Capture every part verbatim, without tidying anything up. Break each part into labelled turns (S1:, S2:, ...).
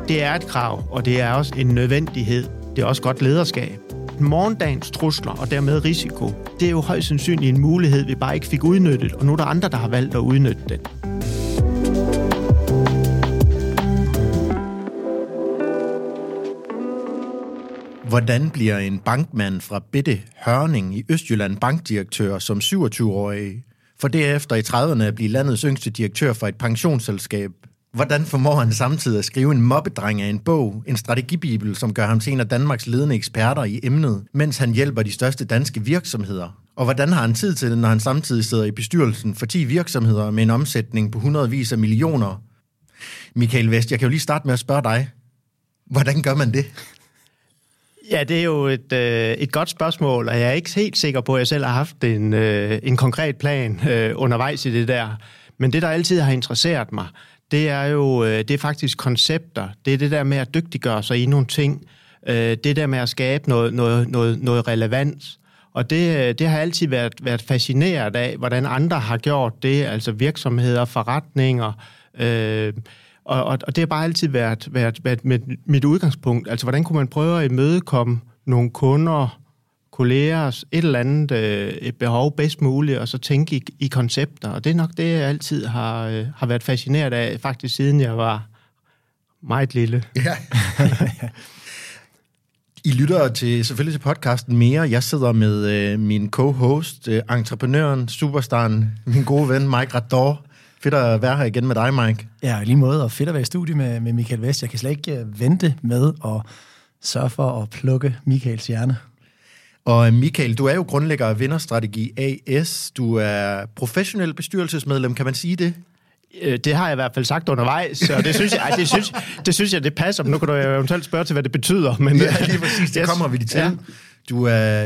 S1: det er et krav, og det er også en nødvendighed. Det er også godt lederskab. Morgendagens trusler og dermed risiko, det er jo højst sandsynligt en mulighed, vi bare ikke fik udnyttet, og nu er der andre, der har valgt at udnytte den.
S2: Hvordan bliver en bankmand fra Bette Hørning i Østjylland bankdirektør som syvogtyve-årig, for derefter i trediverne at blive landets yngste direktør for et pensionsselskab? Hvordan formår han samtidig at skrive en mobbedreng af en bog, en strategibibel, som gør ham til en af Danmarks ledende eksperter i emnet, mens han hjælper de største danske virksomheder? Og hvordan har han tid til det, når han samtidig sidder i bestyrelsen for ti virksomheder med en omsætning på hundredvis af millioner? Michael Vest, jeg kan jo lige starte med at spørge dig. Hvordan gør man det?
S1: Ja, det er jo et, øh, et godt spørgsmål, og jeg er ikke helt sikker på, at jeg selv har haft en, øh, en konkret plan øh, undervejs i det der. Men det, der altid har interesseret mig, det er jo øh, det er faktisk koncepter. Det er det der med at dygtiggøre sig i nogle ting. Øh, det der med at skabe noget, noget, noget, noget relevans. Og det, det har altid været, været fascineret af, hvordan andre har gjort det, altså virksomheder, forretninger. Øh, og, og, og det har bare altid været, været, været med mit udgangspunkt. Altså, hvordan kunne man prøve at imødekomme nogle kunder, kollegers, et eller andet øh, et behov bedst muligt, og så tænke i, i koncepter. Og det er nok det, jeg altid har, øh, har været fascineret af, faktisk siden jeg var meget lille.
S2: Ja. I lytter til, selvfølgelig til podcasten Mere. Jeg sidder med øh, min co-host, øh, entreprenøren, superstaren, min gode ven, Mike Rador. Fedt at være her igen med dig, Mike.
S3: Ja, lige måde, og fedt at være i studie med, med Michael Vest. Jeg kan slet ikke vente med at sørge for at plukke Michaels hjerne.
S2: Og Michael, du er jo grundlægger af Vinderstrategi A S. Du er professionel bestyrelsesmedlem, kan man sige det?
S1: Det har jeg i hvert fald sagt undervejs, og det synes jeg, ej, det synes, det synes jeg, det passer. Nu kan du eventuelt spørge til, hvad det betyder. Men,
S2: ja, lige præcis, det yes. kommer vi til. Ja. Du er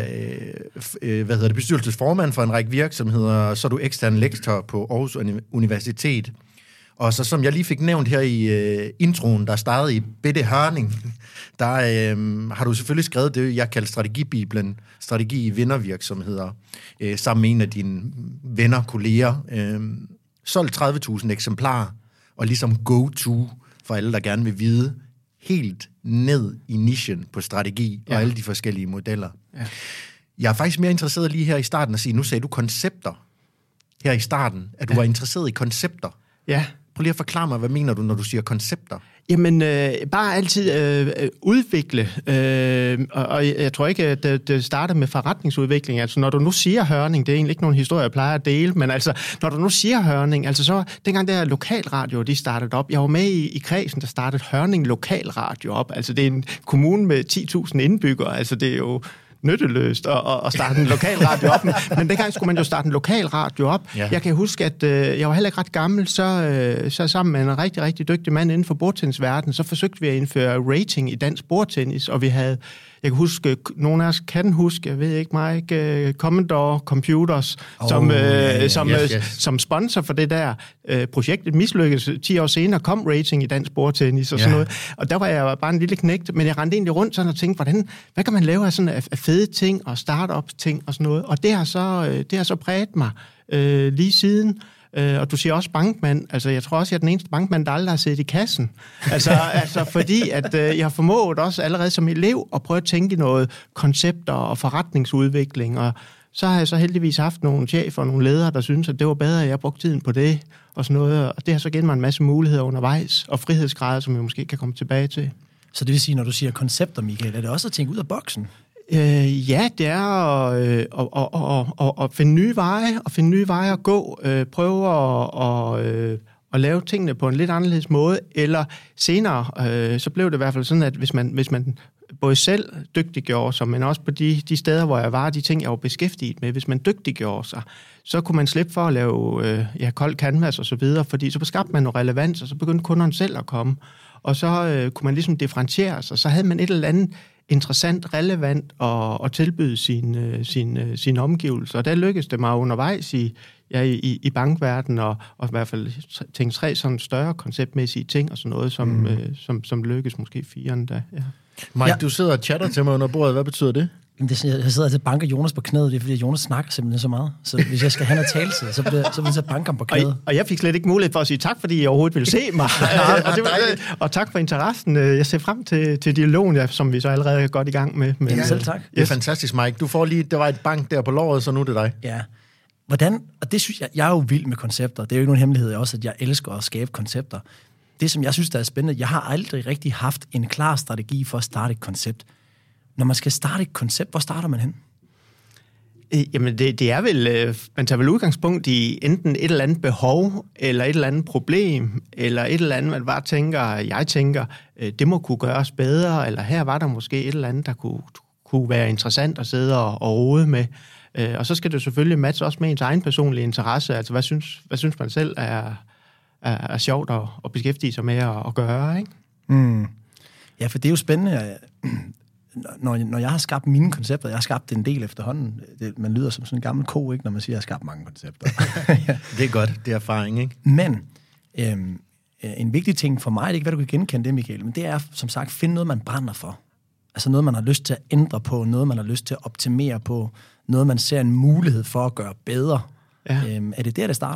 S2: øh, hvad hedder det, bestyrelsesformand for en række virksomheder, så er du ekstern lektor på Aarhus Universitet. Og så som jeg lige fik nævnt her i øh, introen, der startede i Bette Hørning, der øh, har du selvfølgelig skrevet det, jeg kalder strategibiblen, strategi i vindervirksomheder, øh, sammen med en af dine venner, kolleger. Øh, solgt tredive tusind eksemplarer, og ligesom go-to for alle, der gerne vil vide, helt ned i nichen på strategi ja. Og alle de forskellige modeller. Ja. Jeg er faktisk mere interesseret lige her i starten at sige, nu sagde du koncepter her i starten, at du ja. Var interesseret i koncepter.
S1: Ja.
S2: Prøv lige at forklare mig, hvad mener du, når du siger koncepter?
S1: Jamen, øh, bare altid øh, udvikle, øh, og, og jeg tror ikke, at det, det starter med forretningsudvikling. Altså, når du nu siger Hørning, det er egentlig ikke nogen historie, jeg plejer at dele, men altså, når du nu siger Hørning, altså så, dengang der lokalradio, de startede op, jeg var med i, i kredsen, der startede Hørning Lokalradio op. Altså, det er en kommune med ti tusind indbyggere, altså det er jo nytteløst at, at starte en lokalradio op. Men dengang skulle man jo starte en lokalradio op. Ja. Jeg kan huske, at øh, jeg var heller ikke ret gammel, så, øh, så sammen med en rigtig, rigtig dygtig mand inden for bordtennisverdenen, så forsøgte vi at indføre rating i dansk bordtennis, og vi havde, jeg kan huske, nogle af os kan huske, jeg ved ikke mig, ikke, uh, Commodore Computers, oh, som, uh, yeah, som, yes, yes. som sponsor for det der uh, projekt. Det mislykkedes. ti år senere kom rating i dansk bordtennis og yeah. sådan noget. Og der var jeg bare en lille knægt, men jeg rendte egentlig rundt sådan og tænkte, hvordan, hvad kan man lave af sådan af, af fede ting og start-ups ting og sådan noget. Og det har så, uh, det har så præget mig uh, lige siden. Uh, og du siger også bankmand. Altså, jeg tror også, jeg er den eneste bankmand, der aldrig har siddet i kassen. Altså, altså fordi at uh, jeg har formået også allerede som elev at prøve at tænke noget koncepter og forretningsudvikling. Og så har jeg så heldigvis haft nogle chefer og nogle ledere, der synes, at det var bedre, at jeg brugte tiden på det og sådan noget. Og det har så givet mig en masse muligheder undervejs og frihedsgrader, som jeg måske kan komme tilbage til.
S3: Så det vil sige, når du siger koncepter, Michael, er det også at tænke ud af boksen?
S1: Øh, ja, det er at, øh, at, at, at, at finde nye veje, og finde nye veje at gå, øh, prøve at, at, øh, at lave tingene på en lidt anderledes måde, eller senere, øh, så blev det i hvert fald sådan, at hvis man, hvis man både selv dygtiggjorde sig, men også på de, de steder, hvor jeg var, de ting, jeg var beskæftiget med, hvis man dygtiggjorde sig, så kunne man slippe for at lave øh, ja, kold canvas og så videre, fordi så skabte man noget relevans, og så begyndte kunderne selv at komme, og så øh, kunne man ligesom differentiere sig, så havde man et eller andet interessant, relevant at, at tilbyde sine sin, sin omgivelser. Og der lykkedes det mig undervejs i, ja, i, i bankverdenen, og, og i hvert fald tænke tre sådan større konceptmæssige ting, og sådan noget, som, mm. øh, som, som lykkedes måske firen da. Ja.
S2: Mike, ja. Du sidder og chatter til mig under bordet. Hvad betyder det?
S3: Jamen, det, jeg sidder altså og banker Jonas på knæet, det er fordi, Jonas snakker simpelthen så meget. Så hvis jeg skal have noget talelse, så bliver så vil jeg banke ham på knæet.
S1: Og, og jeg fik slet ikke mulighed for at sige tak, fordi I overhovedet ville se mig. og, det var, og tak for interessen. Jeg ser frem til, til dialogen, ja, som vi så allerede er godt i gang med. Men,
S3: ja, selv tak.
S2: Det er fantastisk, Mike. Du får lige, der var et bank der på låret, så nu er det dig.
S3: Ja. Hvordan, og det synes jeg, jeg er jo vild med koncepter. Det er jo ikke nogen hemmelighed også, at jeg elsker at skabe koncepter. Det, som jeg synes, der er spændende, jeg har aldrig rigtig haft en klar strategi for at starte et koncept. Når man skal starte et koncept, hvor starter man hen?
S1: Jamen, det, det er vel, man tager vel udgangspunkt i enten et eller andet behov, eller et eller andet problem, eller et eller andet, man bare tænker, jeg tænker, det må kunne gøres bedre, eller her var der måske et eller andet, der kunne, kunne være interessant at sidde og, og rode med. Og så skal det selvfølgelig matche også med ens egen personlige interesse. Altså, hvad synes, hvad synes man selv er, er, er sjovt at, at beskæftige sig med at, at gøre, ikke?
S3: Mm. Ja, for det er jo spændende. Når, når jeg har skabt mine koncepter, jeg har skabt en del efterhånden. Det, man lyder som sådan en gammel ko, ikke, når man siger, at jeg har skabt mange koncepter.
S2: Ja. Det er godt, det er erfaring, ikke?
S3: Men øhm, en vigtig ting for mig, det er ikke, hvad du kan genkende det, Michael, men det er, som sagt, finde noget, man brænder for. Altså noget, man har lyst til at ændre på, noget, man har lyst til at optimere på, noget, man ser en mulighed for at gøre bedre. Ja. Øhm, er det der, det starter?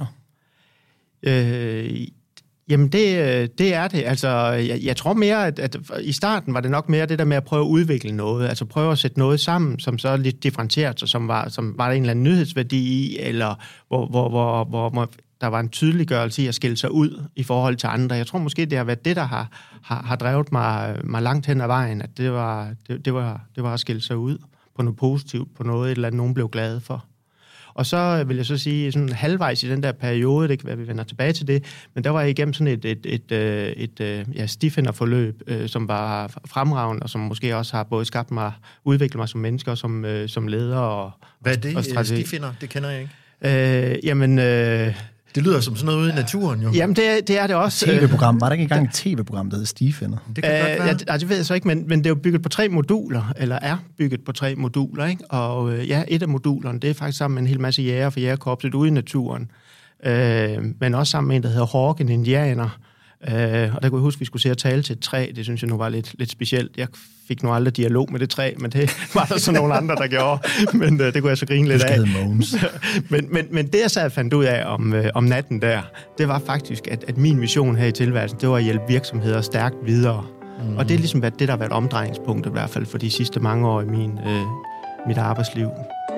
S1: Øh, jamen, det, det er det. Altså, jeg, jeg tror mere, at, at i starten var det nok mere det der med at prøve at udvikle noget, altså prøve at sætte noget sammen, som så lidt differentieret, så som var, som var der en eller anden nyhedsværdi i, eller hvor, hvor, hvor, hvor, hvor der var en tydeliggørelse i at skille sig ud i forhold til andre. Jeg tror måske, det har været det, der har, har, har drevet mig, mig langt hen ad vejen, at det var, det, det, var, det var at skille sig ud på noget positivt, på noget, et eller andet, nogen blev glade for. Og så vil jeg så sige, sådan halvvejs i den der periode, det kan være, at vi vender tilbage til det, men der var jeg igennem sådan et, et, et, et, et ja, stifinderforløb, som var fremragende, og som måske også har både skabt mig, udviklet mig som menneske, og som, som leder og
S2: Hvad er det,
S1: og
S2: stifinder? Det kender jeg ikke.
S1: Øh, jamen... Øh,
S2: Det lyder som sådan noget ude i naturen, jo.
S1: Jamen, det, det er det også.
S3: T V-program. Var der ikke engang et T V-program, der hedder Stifinder?
S1: Det kan øh, godt være. Ja, det ved jeg så ikke, men, men det er jo bygget på tre moduler, eller er bygget på tre moduler, ikke? Og øh, ja, et af modulerne, det er faktisk sammen med en hel masse jæger fra jægerkorpset ude i naturen. Øh, men også sammen med en, der hedder Hawk, en indianer. Øh, og der kunne jeg huske, at vi skulle se at tale til et træ. Det synes jeg nu var lidt, lidt specielt. Jeg fik nu aldrig dialog med det træ, men det var der så nogle andre, der gjorde. Men øh, det kunne jeg så grine lidt af. men, men, men det, jeg så fandt ud af om, øh, om natten der, det var faktisk, at, at min mission her i tilværelsen, det var at hjælpe virksomheder stærkt videre. Mm. Og det er ligesom det, der har været omdrejningspunktet i hvert fald for de sidste mange år i min, øh, mit arbejdsliv.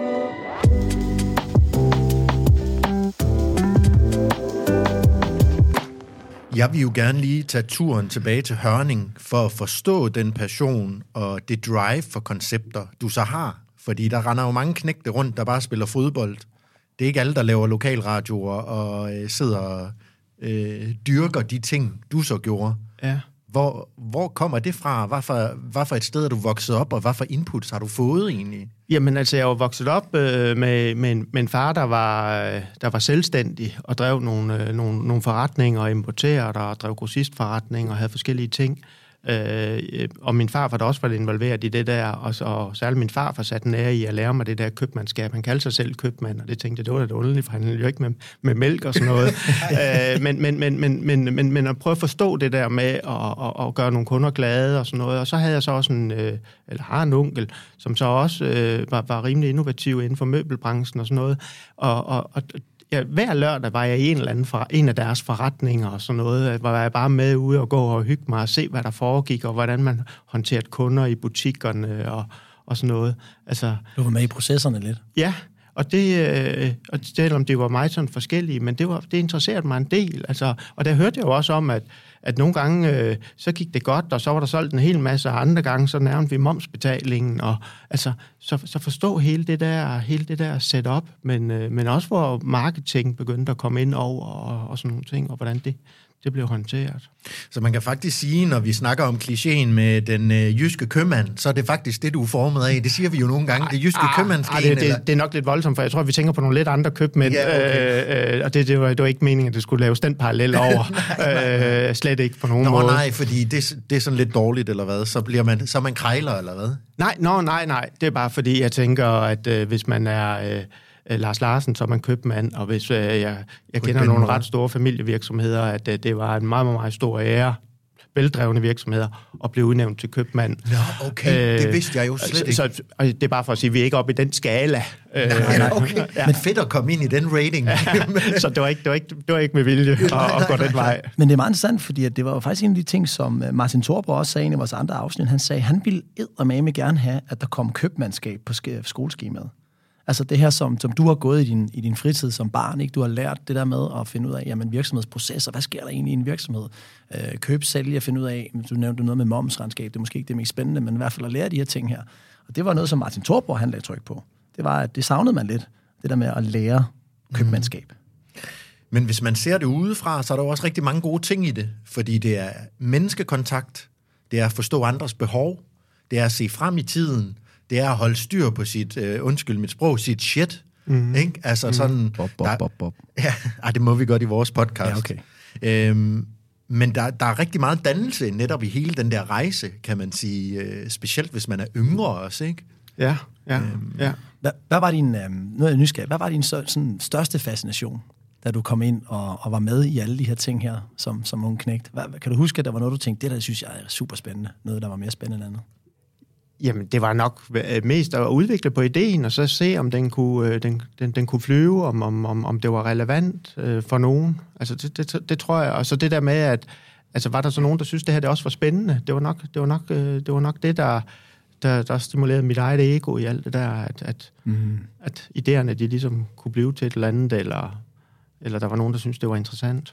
S2: Jeg vil jo gerne lige tage turen tilbage til Hørning for at forstå den passion og det drive for koncepter, du så har. Fordi der render jo mange knægte rundt, der bare spiller fodbold. Det er ikke alle, der laver lokalradioer og øh, sidder og øh, dyrker de ting, du så gjorde.
S1: Ja.
S2: Hvor, hvor kommer det fra? Hvad for, hvad for et sted er du vokset op, og hvad for inputs har du fået egentlig?
S1: Jamen altså, jeg var vokset op øh, med, med, en, med en far, der var, der var selvstændig og drev nogle, øh, nogle, nogle forretninger og importerede og drev grossistforretninger og havde forskellige ting. Øh, og min far var da også involveret i det der, og, og særligt min far var sat en ære i at lære mig det der købmandskab. Han kaldte sig selv købmand, og det tænkte jeg, det var da underligt, for han er jo ikke med, med mælk og sådan noget. øh, men, men, men, men, men, men, men at prøve at forstå det der med at, at, at gøre nogle kunder glade og sådan noget. Og så havde jeg så også en, øh, eller har en onkel, som så også øh, var, var rimelig innovativ inden for møbelbranchen og sådan noget. Og, og, og ja, hver lørdag var jeg i en eller anden for, en af deres forretninger og sådan noget, hvor jeg bare med ude og gå og hygge mig og se, hvad der foregik, og hvordan man håndterede kunder i butikkerne og, og sådan noget. Altså,
S3: du var med i processerne lidt?
S1: Ja, og det, øh, og selvom det var meget sådan forskellige, men det, var, det interesserede mig en del. Altså, og der hørte jeg jo også om, at, at nogle gange, øh, så gik det godt, og så var der solgt en hel masse, og andre gange, så nærmede vi momsbetalingen, og altså, så, så forstå hele det der, hele det der setup, men, øh, men også hvor marketing begyndte at komme ind over, og, og sådan nogle ting, og hvordan det, det blev håndteret.
S2: Så man kan faktisk sige, når vi snakker om klichéen med den øh, jyske købmand, så er det faktisk det, du er formet af. Det siger vi jo nogle gange, det jyske ah, købmandsgen.
S1: Ah, det, det, det er nok lidt voldsomt, for jeg tror, vi tænker på nogle lidt andre købmænd, ja, okay. øh, øh, og det, det, var, det var ikke meningen, at det skulle laves den parallel over. nej, nej. Øh, slet ikke på nogen
S2: nå,
S1: måde.
S2: Nå nej, fordi det, det er sådan lidt dårligt, eller hvad? Så bliver man, så er man krejler, eller hvad?
S1: Nej, nå, nej, nej. Det er bare fordi, jeg tænker, at øh, hvis man er... Øh, Lars Larsen, som man købmand, og hvis øh, jeg, jeg kender nogle ret store familievirksomheder, at øh, det var en meget, meget, meget stor ære, veldrevne virksomheder og blive udnævnt til købmand.
S2: Nå, okay, øh, det vidste jeg jo slet ikke.
S1: Så, så det er bare for at sige, at vi er ikke oppe i den skala.
S2: Nej, nej, okay. Ja. Men fedt at komme ind i den rating.
S1: Ja, så det var, ikke, det, var ikke, det var ikke med vilje at, at gå den vej.
S3: Men det er meget interessant, fordi at det var jo faktisk en af de ting, som Martin Thorborg også sagde i vores andre afsnit. Han sagde, at han ville eddermame gerne have, at der kom købmandskab på skoleskemaet. Altså det her, som, som du har gået i din, i din fritid som barn, ikke? Du har lært det der med at finde ud af, jamen virksomhedsprocesser, hvad sker der egentlig i en virksomhed? Øh, køb, sælge, at finde ud af, du nævnte noget med momsregnskab, det er måske ikke det mest spændende, men i hvert fald at lære de her ting her. Og det var noget, som Martin Thorborg, han lagde tryk på. Det var, at det savnede man lidt, det der med at lære købmandskab. Mm.
S2: Men hvis man ser det udefra, så er der jo også rigtig mange gode ting i det, fordi det er menneskekontakt, det er at forstå andres behov, det er at se frem i tiden, det er at holde styr på sit, øh, undskyld mit sprog, sit shit, mm. ikke? Altså mm. sådan...
S3: Bob, bob, bob, bob.
S2: Ja, ej, det må vi godt i vores podcast.
S3: Ja, okay.
S2: Øhm, men der, der er rigtig meget dannelse netop i hele den der rejse, kan man sige, øh, specielt hvis man er yngre også, ikke?
S1: Ja, ja, øhm. ja.
S3: Hvad, hvad var din, øh, nu er jeg nysgerrig, hvad var din så, sådan, største fascination, da du kom ind og, og var med i alle de her ting her, som, som ung knægt? Hvad, kan du huske, at der var noget, du tænkte, det der synes jeg er super spændende, noget, der var mere spændende end andet?
S1: Jamen, det var nok mest at udvikle på ideen, og så se, om den kunne, den, den, den kunne flyve, om, om, om det var relevant øh, for nogen. Altså, det, det, det tror jeg. Og så det der med, at altså, var der så nogen, der synes, det her det også var spændende? Det var nok det, var nok, øh, det, var nok det der, der, der stimulerede mit eget ego i alt det der, at, at, mm. at idéerne, de ligesom kunne blive til et eller andet, eller, eller der var nogen, der synes, det var interessant.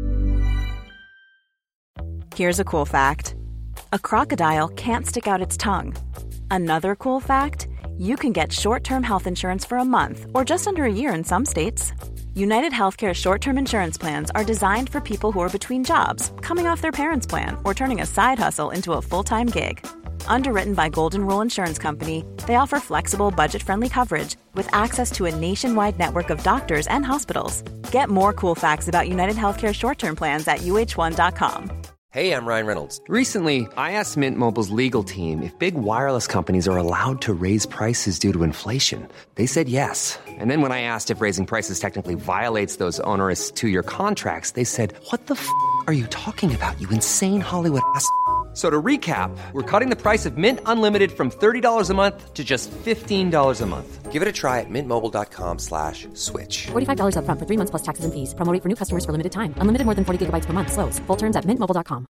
S4: Here's a cool fact. A crocodile can't stick out its tongue. Another cool fact, you can get short-term health insurance for a month or just under a year in some states. United Healthcare short-term insurance plans are designed for people who are between jobs, coming off their parents' plan, or turning a side hustle into a full-time gig. Underwritten by Golden Rule Insurance Company, they offer flexible, budget-friendly coverage with access to a nationwide network of doctors and hospitals. Get more cool facts about United Healthcare short-term plans at U H one dot com.
S5: Hey, I'm Ryan Reynolds. Recently, I asked Mint Mobile's legal team if big wireless companies are allowed to raise prices due to inflation. They said yes. And then when I asked if raising prices technically violates those onerous two-year contracts, they said, what the f*** are you talking about, you insane Hollywood ass f- So to recap, we're cutting the price of Mint Unlimited from thirty dollars a month to just fifteen dollars a month. Give it a try at mintmobile.com slash switch.
S6: forty-five dollars up front for three months plus taxes and fees. Promo rate for new customers for limited time. Unlimited more than forty gigabytes per month. Slows full terms at mint mobile dot com.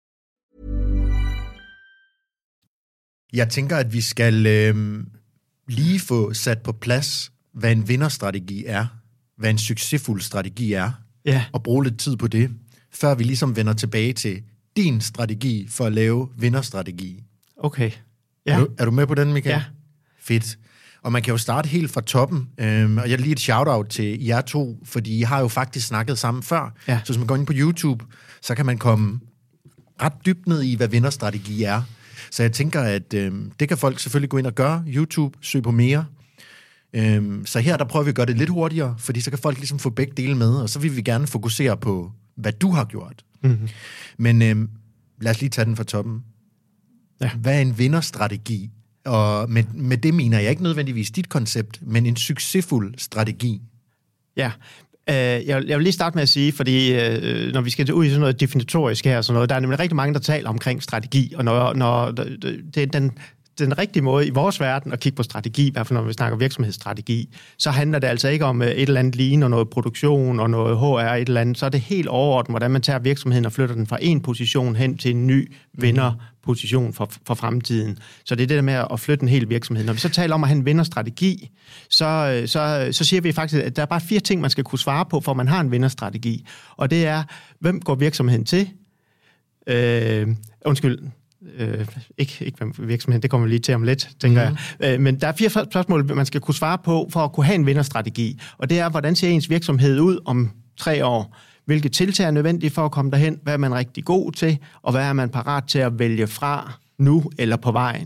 S2: Jeg tænker, at vi skal øh, lige få sat på plads, hvad en vinderstrategi er, hvad en succesfuld strategi er,
S1: ja.
S2: og bruge lidt tid på det, før vi ligesom vender tilbage til din strategi for at lave vinderstrategi.
S1: Okay. Ja.
S2: Er, du, er du med på den, Michael?
S1: Ja.
S2: Fedt. Og man kan jo starte helt fra toppen, øhm, og jeg vil lige et shout-out til jer to, fordi I har jo faktisk snakket sammen før.
S1: Ja.
S2: Så hvis man går ind på YouTube, så kan man komme ret dybt ned i, hvad vinderstrategi er. Så jeg tænker, at øhm, det kan folk selvfølgelig gå ind og gøre. YouTube, søg på mere. Øhm, så her der prøver vi at gøre det lidt hurtigere, fordi så kan folk ligesom få begge dele med, og så vil vi gerne fokusere på, hvad du har gjort. Mm-hmm. Men øhm, lad os lige tage den fra toppen. Ja. Hvad er en vinderstrategi? Og med, med det mener jeg ikke nødvendigvis dit koncept, men en succesfuld strategi.
S1: Ja, øh, jeg, jeg vil lige starte med at sige, fordi øh, når vi skal ud i sådan noget definitorisk her, sådan noget, der er nemlig rigtig mange, der taler omkring strategi, og når, når det er den, den rigtige måde i vores verden at kigge på strategi, i hvert fald når vi snakker virksomhedsstrategi, så handler det altså ikke om et eller andet lean og noget produktion og noget H R, et eller andet, så er det helt overordnet, hvordan man tager virksomheden og flytter den fra en position hen til en ny vinderposition for, for fremtiden. Så det er det der med at flytte en hel virksomhed. Når vi så taler om at have en vinderstrategi, så, så, så siger vi faktisk, at der er bare fire ting, man skal kunne svare på, for man har en vinderstrategi. Og det er, hvem går virksomheden til? Øh, undskyld, Øh, ikke, ikke virksomheden, det kommer vi lige til om lidt, tænker mm-hmm. jeg. Øh, men der er fire spørgsmål, man skal kunne svare på, for at kunne have en vinderstrategi. Og det er, hvordan ser ens virksomhed ud om tre år? Hvilke tiltag er nødvendige for at komme derhen? Hvad er man rigtig god til? Og hvad er man parat til at vælge fra nu eller på vejen?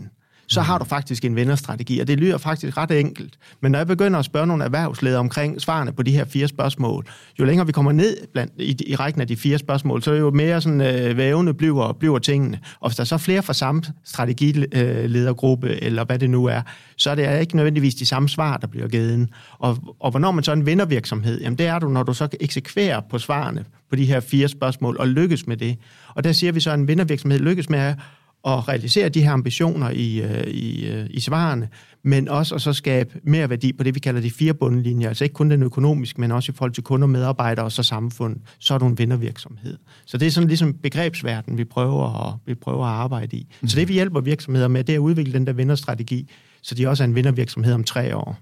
S1: så har du faktisk en vinderstrategi, og det lyder faktisk ret enkelt. Men når jeg begynder at spørge nogle erhvervsledere omkring svarene på de her fire spørgsmål, jo længere vi kommer ned blandt, i, i rækken af de fire spørgsmål, så er det jo mere sådan øh, vævende bliver, bliver tingene. Og hvis der er så flere fra samme strategiledergruppe, eller hvad det nu er, så er det ikke nødvendigvis de samme svar, der bliver givet. Og, og hvornår man så er en vindervirksomhed, jamen det er du, når du så eksekverer på svarene på de her fire spørgsmål, og lykkes med det. Og der siger vi så, at en vindervirksomhed lykkes med at at realisere de her ambitioner i, i, i svarene, men også at så skabe mere værdi på det, vi kalder de fire bundlinjer. Altså ikke kun den økonomiske, men også i forhold til kunder, medarbejdere og så samfund. Så er du en vindervirksomhed. Så det er sådan ligesom begrebsverden, vi prøver at, vi prøver at arbejde i. Mm. Så det, vi hjælper virksomheder med, det er at udvikle den der vinderstrategi, så de også er en vindervirksomhed om tre år.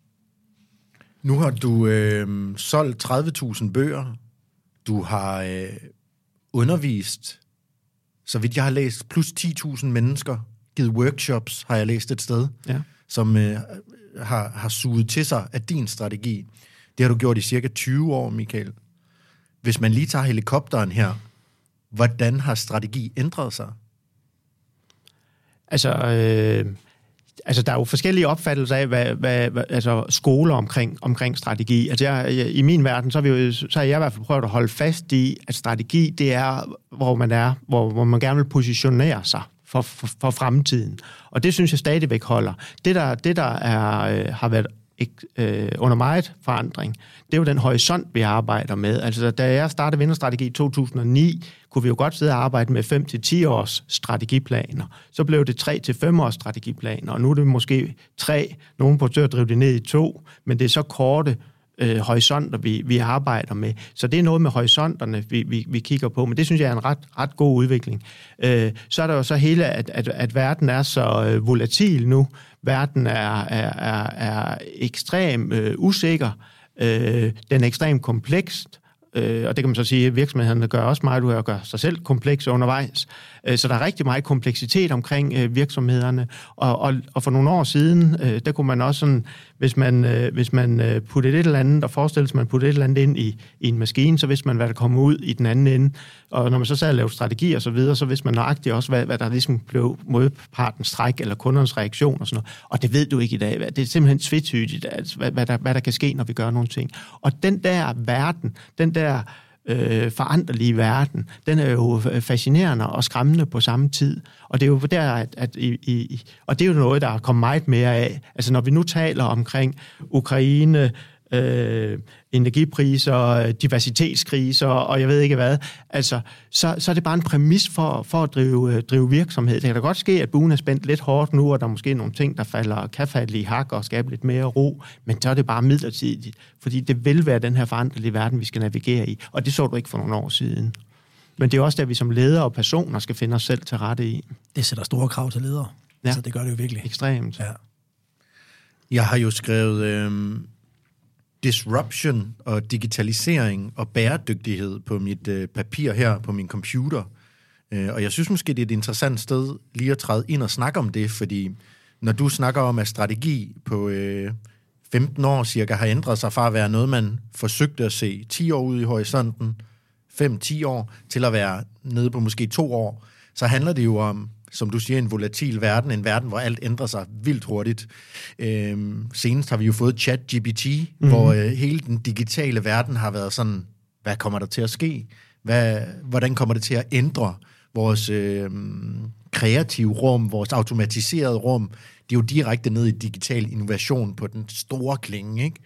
S2: Nu har du øh, solgt tredive tusind bøger. Du har øh, undervist, så vidt jeg har læst, plus ti tusind mennesker, givet workshops, har jeg læst et sted, ja. som øh, har, har suget til sig af din strategi. Det har du gjort i cirka tyve år, Michael. Hvis man lige tager helikopteren her, hvordan har strategi ændret sig?
S1: Altså, øh, altså der er jo forskellige opfattelser af, hvad, hvad, hvad altså skoler omkring, omkring strategi. Altså jeg, jeg, i min verden, så har, vi jo, så har jeg i hvert fald prøvet at holde fast i, at strategi, det er, hvor man er, hvor, hvor man gerne vil positionere sig for, for, for fremtiden. Og det synes jeg stadigvæk holder. Det, der, det, der er, øh, har været ikke, øh, under meget forandring, det er jo den horisont, vi arbejder med. Altså, da jeg startede Vinderstrategi i to tusind og ni, kunne vi jo godt sidde og arbejde med fem til ti års strategiplaner. Så blev det tre til fem års strategiplaner, og nu er det måske tre. Nogle portører driver det ned i to, men det er så korte øh, horisonter, vi, vi arbejder med. Så det er noget med horisonterne, vi, vi, vi kigger på, men det synes jeg er en ret, ret god udvikling. Øh, så er der jo så hele, at, at, at verden er så øh, volatil nu. Verden er, er, er, er ekstremt øh, usikker. Øh, den er ekstremt komplekst. Øh, og det kan man så sige, at virksomhederne gør også meget ud af at gøre sig selv komplekse undervejs. Øh, så der er rigtig meget kompleksitet omkring øh, virksomhederne. Og, og, og for nogle år siden, øh, der kunne man også sådan, hvis man, øh, hvis man øh, puttede et eller andet, og forestillede sig, man puttede et eller andet ind i, i en maskine, så vidste man, hvad der kom ud i den anden ende. Og når man så sad og lavede strategi og så videre, så vidste man nøjagtigt også, hvad, hvad der ligesom blev modpartens træk eller kundernes reaktion og sådan noget. Og det ved du ikke i dag. Det er simpelthen tvetydigt, altså, hvad, hvad, der, hvad der kan ske, når vi gør nogle ting. Og den der verden, den der øh, foranderlige verden, den er jo fascinerende og skræmmende på samme tid. Og det er jo der, at, at i, i, og det er jo noget, der er kommet meget mere af. Altså når vi nu taler omkring Ukraine, øh, energipriser, diversitetskriser, og jeg ved ikke hvad, altså, så, så er det bare en præmis for, for at drive, drive virksomhed. Det kan da godt ske, at buen er spændt lidt hårdt nu, og der er måske nogle ting, der falder, kan falde i hak og skabe lidt mere ro, men så er det bare midlertidigt, fordi det vil være den her foranderlige verden, vi skal navigere i, og det så du ikke for nogle år siden. Men det er også der, vi som ledere og personer skal finde os selv til rette i.
S3: Det sætter store krav til ledere, ja. Så det gør det jo virkelig.
S1: Ekstremt.
S3: Ja.
S2: Jeg har jo skrevet øh, disruption og digitalisering og bæredygtighed på mit øh, papir her på min computer. Øh, og jeg synes måske, det er et interessant sted lige at træde ind og snakke om det, fordi når du snakker om, at strategi på øh, femten år cirka har ændret sig fra at være noget, man forsøgte at se ti år ud i horisonten, fem til ti år, til at være nede på måske to år, så handler det jo om, som du siger, en volatil verden, en verden, hvor alt ændrer sig vildt hurtigt. Øhm, senest har vi jo fået ChatGPT, mm-hmm. hvor øh, hele den digitale verden har været sådan, hvad kommer der til at ske? Hvad, hvordan kommer det til at ændre vores øh, kreative rum, vores automatiserede rum? Det er jo direkte ned i digital innovation på den store klinge, ikke?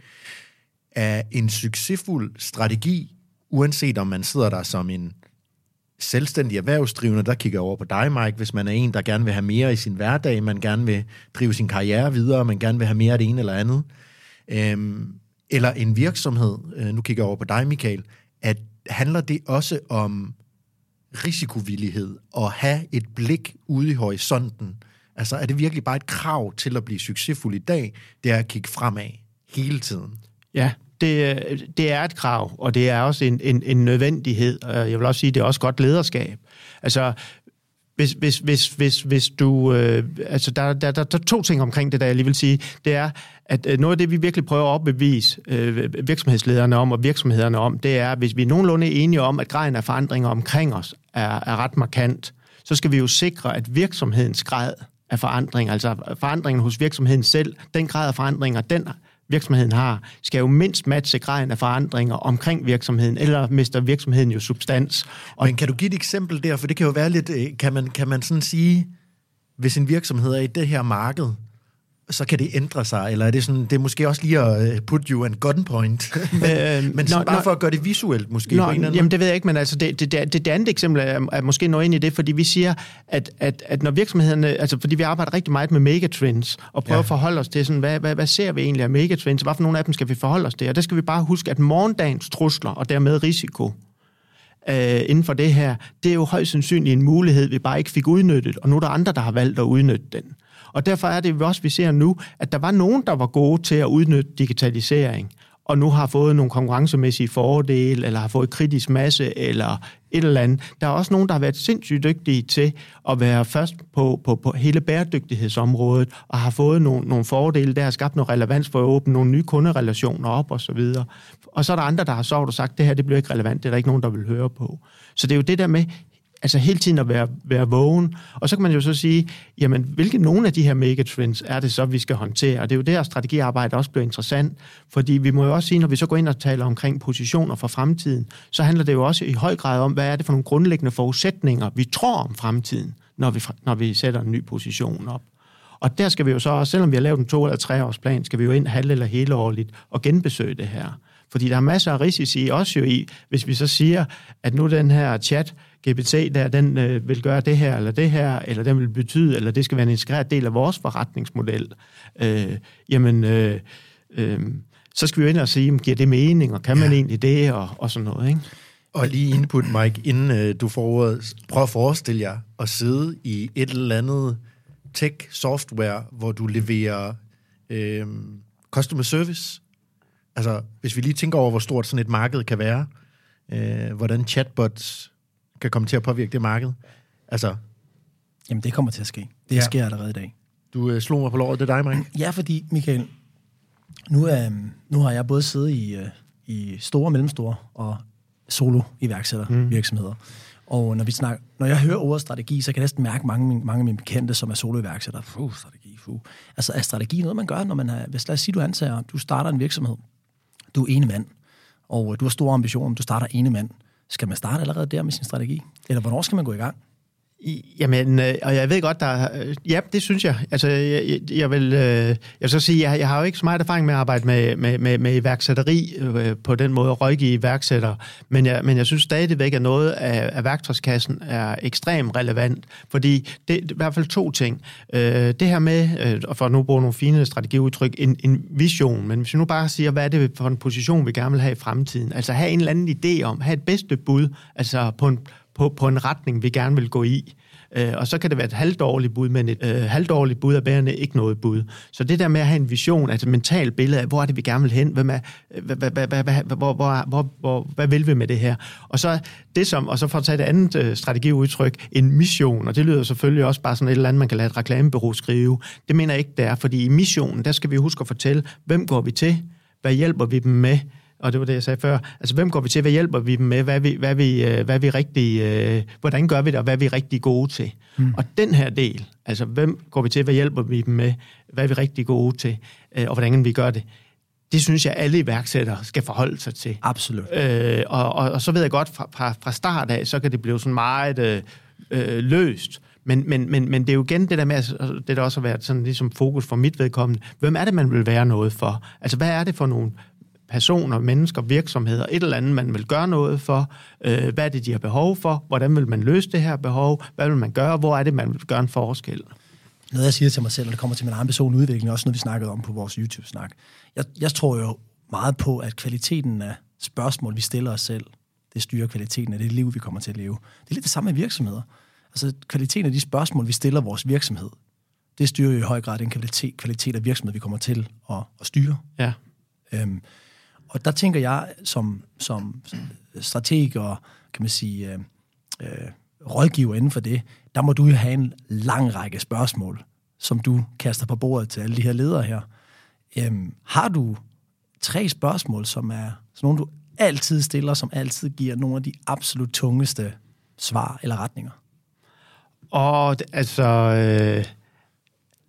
S2: Er en succesfuld strategi, uanset om man sidder der som en selvstændig erhvervsdrivende, der kigger over på dig, Mike, hvis man er en, der gerne vil have mere i sin hverdag, man gerne vil drive sin karriere videre, man gerne vil have mere af det ene eller andet. Øhm, eller en virksomhed, øh, nu kigger jeg over på dig, Michael, at handler det også om risikovillighed og have et blik ude i horisonten? Altså er det virkelig bare et krav til at blive succesfuld i dag, det er at kigge fremad hele tiden?
S1: Ja, Det, det er et krav, og det er også en, en, en nødvendighed. Jeg vil også sige, det er også godt lederskab. Altså, hvis, hvis, hvis, hvis, hvis du... Øh, altså, der, der, der, der er to ting omkring det, der jeg lige vil sige. Det er, at noget af det, vi virkelig prøver at opbevise øh, virksomhedslederne om og virksomhederne om, det er, hvis vi er nogenlunde enige om, at graden af forandringer omkring os er, er ret markant, så skal vi jo sikre, at virksomhedens grad af forandring, altså forandringen hos virksomheden selv, den grad af forandringer, den virksomheden har, skal jo mindst matche graden af forandringer omkring virksomheden, eller mister virksomheden jo substans.
S2: Og men kan du give et eksempel der, for det kan jo være lidt, kan man, kan man sådan sige, hvis en virksomhed er i det her marked, så kan det ændre sig, eller er det sådan, det er måske også lige at put you at gunpoint, men, øh, men nå, bare nå, for at gøre det visuelt måske.
S1: Nå,
S2: på en eller anden
S1: jamen det ved jeg ikke, men altså det, det, det, det andet eksempel er, er måske noget ind i det, fordi vi siger, at, at, at når virksomhederne, altså fordi vi arbejder rigtig meget med megatrends, og prøver ja. at forholde os til sådan, hvad, hvad, hvad ser vi egentlig af megatrends, hvad for nogle af dem skal vi forholde os til, og der skal vi bare huske, at morgendagens trusler, og dermed risiko, øh, inden for det her, det er jo højst sandsynligt en mulighed, vi bare ikke fik udnyttet, og nu er der andre, der har valgt at udnytte den. Og derfor er det også, vi ser nu, at der var nogen, der var gode til at udnytte digitalisering, og nu har fået nogle konkurrencemæssige fordele, eller har fået kritisk masse, eller et eller andet. Der er også nogen, der har været sindssygt dygtige til at være først på, på, på hele bæredygtighedsområdet, og har fået nogle, nogle fordele, der har skabt noget relevans for at åbne nogle nye kunderelationer op, og så videre. Og så er der andre, der har sovet og sagt, at det her det bliver ikke relevant, det er der ikke nogen, der vil høre på. Så det er jo det der med, altså hele tiden at være, være vågen. Og så kan man jo så sige, jamen, hvilke nogle af de her megatrends er det så, vi skal håndtere? Og det er jo der, strategiarbejde også bliver interessant, fordi vi må jo også sige, når vi så går ind og taler omkring positioner for fremtiden, så handler det jo også i høj grad om, hvad er det for nogle grundlæggende forudsætninger, vi tror om fremtiden, når vi, når vi sætter en ny position op. Og der skal vi jo så også, selvom vi har lavet en to- eller tre-årsplan, skal vi jo ind halv- eller heleårligt og genbesøge det her. Fordi der er masser af risici også jo i, hvis vi så siger, at nu den her chat, G P T der, den øh, vil gøre det her, eller det her, eller den vil betyde, eller det skal være en integreret del af vores forretningsmodel, øh, jamen, øh, øh, så skal vi jo ind og sige, giver det mening, og kan man ja. egentlig det, og, og sådan noget, ikke?
S2: Og lige input, Mike, inden øh, du får ordet, prøv at forestille jer at sidde i et eller andet tech-software, hvor du leverer øh, customer service. Altså, hvis vi lige tænker over, hvor stort sådan et marked kan være, øh, hvordan chatbots kan komme til at påvirke det marked. Altså,
S3: Jamen, det kommer til at ske. Det
S2: ja.
S3: sker allerede i dag.
S2: Du øh, slog mig på låret, det er dig, Mike.
S3: Ja, fordi, Michael, nu, øh, nu har jeg både siddet i, øh, i store, mellemstore og solo-iværksættervirksomheder. Mm. Og når, vi snakker, når jeg hører ordet strategi, så kan jeg næsten mærke mange, mange af mine bekendte, som er solo-iværksættere. Fuh, strategi, fuh. Altså, er strategi noget, man gør, når man er... Hvis lad os sige, du antager, du starter en virksomhed. Du er ene mand, og du har store ambitioner, du starter ene mand. Skal man starte allerede der med sin strategi? Eller hvornår skal man gå i gang?
S1: Jamen, øh, og jeg ved godt, der øh, ja, det synes jeg. Altså, jeg, jeg vil, øh, jeg vil så sige, jeg, jeg har jo ikke så meget erfaring med at arbejde med, med, med, med iværksætteri øh, på den måde, at rådgive iværksættere, men jeg, men jeg synes stadigvæk, at noget af, af værktøjskassen er ekstremt relevant, fordi det er i hvert fald to ting. Øh, det her med, øh, og for at nu bruge nogle fine strategiudtryk, en, en vision, men hvis vi nu bare siger, hvad er det for en position, vi gerne vil have i fremtiden, altså have en eller anden idé om, have et bedste bud, altså på en På, på en retning, vi gerne vil gå i. Øh, og så kan det være et halvdårligt bud, men et øh, halvdårligt bud er bedre ikke noget bud. Så det der med at have en vision, altså et mentalt billede af, hvor er det, vi gerne vil hen, hvem er, hvad, hvad, hvad, hvad, hvor, hvor, hvor, hvor, hvad vil vi med det her? Og så det som, og så for at tage det andet øh, strategiudtryk, en mission, og det lyder selvfølgelig også bare sådan et eller andet, man kan lade et reklamebureau skrive. Det mener jeg ikke, det er, fordi i missionen, der skal vi huske at fortælle, hvem går vi til, hvad hjælper vi dem med, og det var det, jeg sagde før. Altså, hvem går vi til? Hvad hjælper vi dem med? Hvad er vi, hvad er vi, hvad er vi rigtig, øh, hvordan gør vi det, og hvad er vi rigtig gode til? Mm. Og den her del, altså, hvem går vi til? Hvad hjælper vi dem med? Hvad er vi rigtig gode til? Øh, og hvordan vi gør det? Det synes jeg, alle iværksættere skal forholde sig til.
S3: Absolut.
S1: Øh, og, og, og så ved jeg godt, fra, fra, fra start af, så kan det blive sådan meget øh, øh, løst. Men, men, men, men det er jo igen det der med, det der også har været sådan ligesom fokus for mit vedkommende. Hvem er det, man vil være noget for? Altså, hvad er det for nogle personer, mennesker, virksomheder, et eller andet, man vil gøre noget for, øh, hvad er det, de har behov for, hvordan vil man løse det her behov, hvad vil man gøre, hvor er det, man vil gøre en forskel.
S3: Noget, jeg siger til mig selv, når det kommer til min egen personlige udvikling, også noget, vi snakkede om på vores YouTube-snak. Jeg, jeg tror jo meget på, at kvaliteten af spørgsmål, vi stiller os selv, det styrer kvaliteten af det liv, vi kommer til at leve. Det er lidt det samme med virksomheder. Altså, kvaliteten af de spørgsmål, vi stiller vores virksomhed, det styrer jo i høj grad den kvalitet, kvalitet af virksomhed, vi kommer til at, at styre.
S1: Ja.
S3: Øhm, Og der tænker jeg, som, som strateg og, kan man sige, øh, øh, rådgiver inden for det, der må du jo have en lang række spørgsmål, som du kaster på bordet til alle de her ledere her. Øhm, har du tre spørgsmål, som er sådan nogle, du altid stiller, som altid giver nogle af de absolut tungeste svar eller retninger?
S1: Og altså... Øh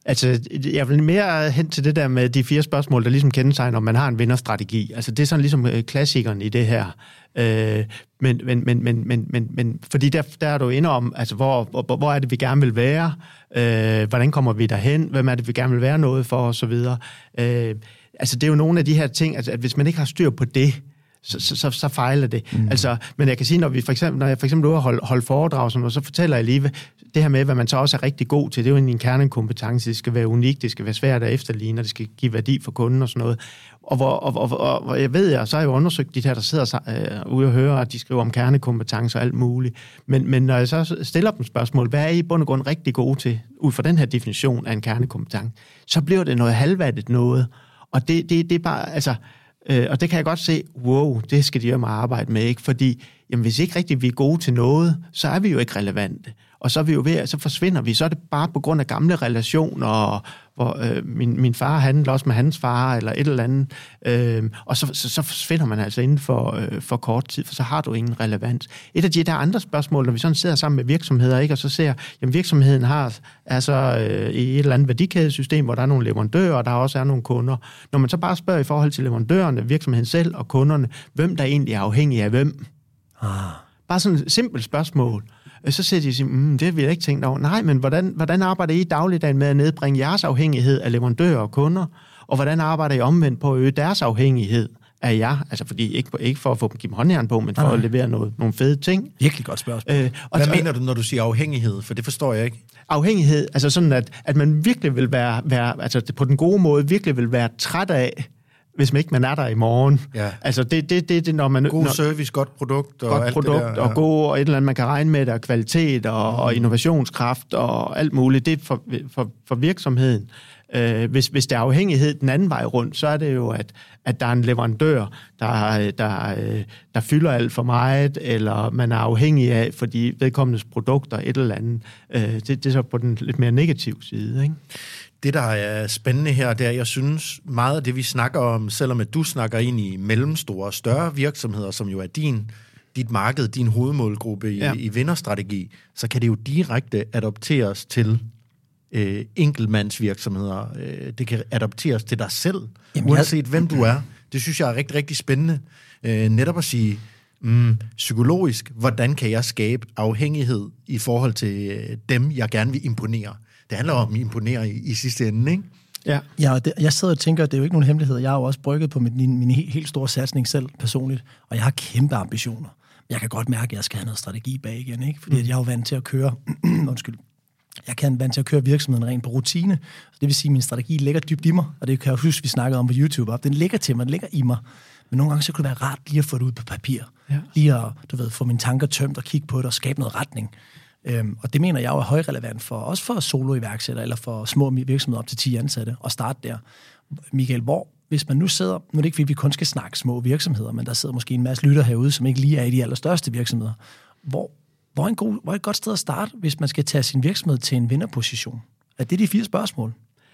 S1: Altså, jeg vil mere hen til det der med de fire spørgsmål, der ligesom kendetegner, om man har en vinderstrategi. Altså, det er sådan ligesom klassikeren i det her. Øh, men, men, men, men, men, men, men, fordi der, der er du inde om, altså, hvor, hvor, hvor er det, vi gerne vil være? Øh, hvordan kommer vi derhen? Hvem er det, vi gerne vil være noget for? Og så videre. Øh, altså, det er jo nogle af de her ting, altså, at hvis man ikke har styr på det, Så, så, så fejler det. Mm. Altså, men jeg kan sige, når, vi for eksempel, når jeg for eksempel er ude og holde, holde foredrag, sådan noget, så fortæller jeg lige det her med, hvad man så også er rigtig god til. Det er jo en kernekompetence. Det skal være unikt, det skal være svært at efterligne, og det skal give værdi for kunden og sådan noget. Og hvor, og, og, og, og jeg ved, og så har jeg jo undersøgt de der, der sidder øh, ude og hører, at de skriver om kernekompetence og alt muligt. Men, men når jeg så stiller dem spørgsmål, hvad er I i bund og grund rigtig gode til, ud fra den her definition af en kernekompetence, så bliver det noget halvværdigt noget. Og det, det, det er bare, altså... Øh, og det kan jeg godt se, wow, det skal de jo meget arbejde med, ikke? Fordi jamen, hvis ikke rigtig vi er gode til noget, så er vi jo ikke relevante. Og så er vi jo ved, så forsvinder vi. Så er det bare på grund af gamle relationer, og, hvor øh, min, min far handlede også med hans far, eller et eller andet. Øh, og så, så, så forsvinder man altså inden for, øh, for kort tid, for så har du ingen relevans. Et af de der andre spørgsmål, når vi sådan sidder sammen med virksomheder, ikke, og så ser, jamen virksomheden har altså øh, i et eller andet værdikædesystem, hvor der er nogle leverandører, og der også er nogle kunder. Når man så bare spørger i forhold til leverandørerne, virksomheden selv og kunderne, hvem der egentlig er afhængig af hvem. Ah. Bare sådan et simpelt spørgsmål. Så siger de, mm, det har vi ikke tænkt over. Nej, men hvordan, hvordan arbejder I dagligdagen med at nedbringe jeres afhængighed af leverandører og kunder? Og hvordan arbejder I omvendt på at øge deres afhængighed af jer? Altså fordi, ikke, ikke for at få dem give dem håndjern på, men for Nej. at levere noget, nogle fede ting.
S3: Virkelig godt spørgsmål.
S2: Øh, og Hvad t- mener du, når du siger afhængighed? For det forstår jeg ikke.
S1: Afhængighed, altså sådan, at, at man virkelig vil være, være, altså på den gode måde, virkelig vil være træt af, hvis man ikke man er der i morgen. Ja. Altså det det det, det når man
S2: god
S1: når,
S2: service, godt produkt og
S1: godt
S2: alt
S1: produkt
S2: det der,
S1: ja. og god og et eller andet man kan regne med, der kvalitet og, mm. og innovationskraft og alt muligt. Det er for for, for virksomheden. Øh, hvis hvis det er afhængighed den anden vej rundt, så er det jo at at der er en leverandør der der der fylder alt for meget, eller man er afhængig af fordi vedkommendes produkter et eller andet. Øh, det det er så på den lidt mere negative side, ikke?
S2: Det, der er spændende her, det er, jeg synes, meget af det, vi snakker om, selvom at du snakker ind i mellemstore og større virksomheder, som jo er din, dit marked, din hovedmålgruppe i, ja. i vinderstrategi, så kan det jo direkte adopteres til øh, enkeltmandsvirksomheder. Øh, det kan adopteres til dig selv, Jamen, uanset jeg... hvem du er. Det synes jeg er rigtig, rigtig spændende. Øh, netop at sige, mm, psykologisk, hvordan kan jeg skabe afhængighed i forhold til øh, dem, jeg gerne vil imponere? Det handler om at imponere i, i sidste ende, ikke?
S3: Ja, ja det, jeg sidder og tænker, at det er jo ikke nogen hemmelighed. Jeg har jo også brygget på min, min, min helt, helt store satsning selv personligt, og jeg har kæmpe ambitioner. Jeg kan godt mærke, at jeg skal have noget strategi bag igen, ikke? Fordi at jeg er jo vant til at køre, undskyld, jeg kan vant til at køre virksomheden rent på rutine. Det vil sige, at min strategi ligger dybt i mig, og det kan jeg huske, vi snakkede om på YouTube op. Den ligger til mig, den ligger i mig. Men nogle gange så kunne det være rart lige at få det ud på papir. Ja. Lige at, du ved, få mine tanker tømt og kigge på det og skabe noget retning. Øhm, og det mener jeg jo er højrelevant for, også for solo-iværksættere, eller for små virksomheder op til ti ansatte, og starte der. Michael, hvor, hvis man nu sidder, nu er det ikke fordi, vi kun skal snakke små virksomheder, men der sidder måske en masse lytter herude, som ikke lige er i de allerstørste virksomheder. Hvor, hvor, er en god, hvor er et godt sted at starte, hvis man skal tage sin virksomhed til en vinderposition? Er det de fire spørgsmål?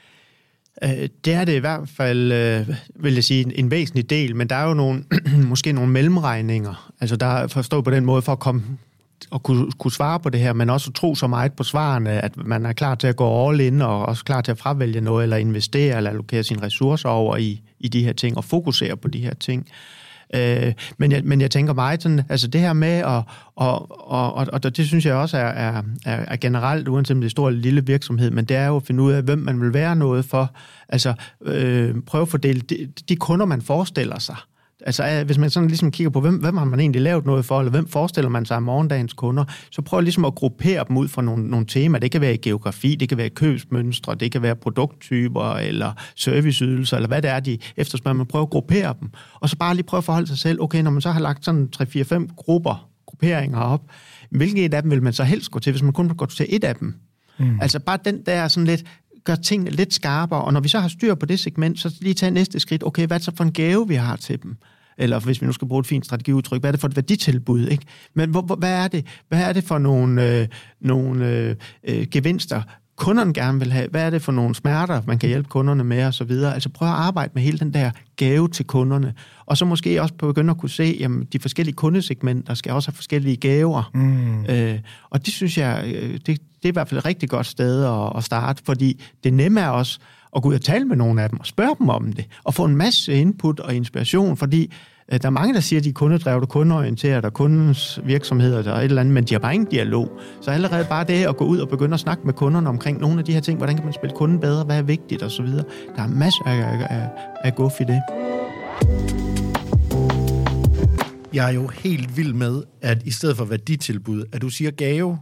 S1: Det er det i hvert fald, vil jeg sige, en væsentlig del, men der er jo nogle, måske nogle mellemregninger. Altså der er forstået på den måde for at komme og kunne, kunne svare på det her, men også tro så meget på svarene, at man er klar til at gå all in, og også klar til at fravælge noget, eller investere, eller allokere sine ressourcer over i, i de her ting, og fokusere på de her ting. Øh, men, jeg, men jeg tænker meget sådan, altså det her med, at, og, og, og, og det synes jeg også er, er, er generelt, uanset om det er stor eller lille virksomhed, men det er jo at finde ud af, hvem man vil være noget for. Altså øh, prøve at fordele de, de kunder, man forestiller sig. Altså, hvis man sådan ligesom kigger på, hvem, hvem har man egentlig lavet noget for, eller hvem forestiller man sig af morgendagens kunder, så prøv ligesom at gruppere dem ud fra nogle, nogle temaer. Det kan være geografi, det kan være købsmønstre, det kan være produkttyper, eller serviceydelser, eller hvad det er, de efterspørger. Man prøver at gruppere dem, og så bare lige prøve at forholde sig selv. Okay, når man så har lagt sådan tre, fire, fem grupper, grupperinger op, hvilken et af dem vil man så helst gå til, hvis man kun går til et af dem? Mm. Altså bare den der sådan lidt, gør tingene lidt skarpere, og når vi så har styr på det segment, så lige tage næste skridt. Okay, hvad er det så for en gave, vi har til dem? Eller hvis vi nu skal bruge et fint strategiudtryk, hvad er det for et værditilbud, ikke? Men hvor, hvor, hvad er det? Hvad er det for nogle, øh, nogle øh, gevinster, kunderne gerne vil have? Hvad er det for nogle smerter, man kan hjælpe kunderne med, og så videre? Altså prøv at arbejde med hele den der gave til kunderne. Og så måske også begynde at kunne se, jamen de forskellige kundesegmenter skal også have forskellige gaver. Mm. Øh, og det synes jeg, det det er i hvert fald et rigtig godt sted at, at starte, fordi det nemme er også at gå ud og tale med nogle af dem og spørge dem om det, og få en masse input og inspiration, fordi øh, der er mange, der siger, at de er kundedrevet og kundeorienteret og kundens virksomheder og et eller andet, men de har bare ingen dialog. Så allerede bare det at gå ud og begynde at snakke med kunderne omkring nogle af de her ting, hvordan kan man spille kunden bedre, hvad er vigtigt osv. Der er masser af, af, af guf i det.
S2: Jeg er jo helt vild med, at i stedet for værditilbud, at du siger gave,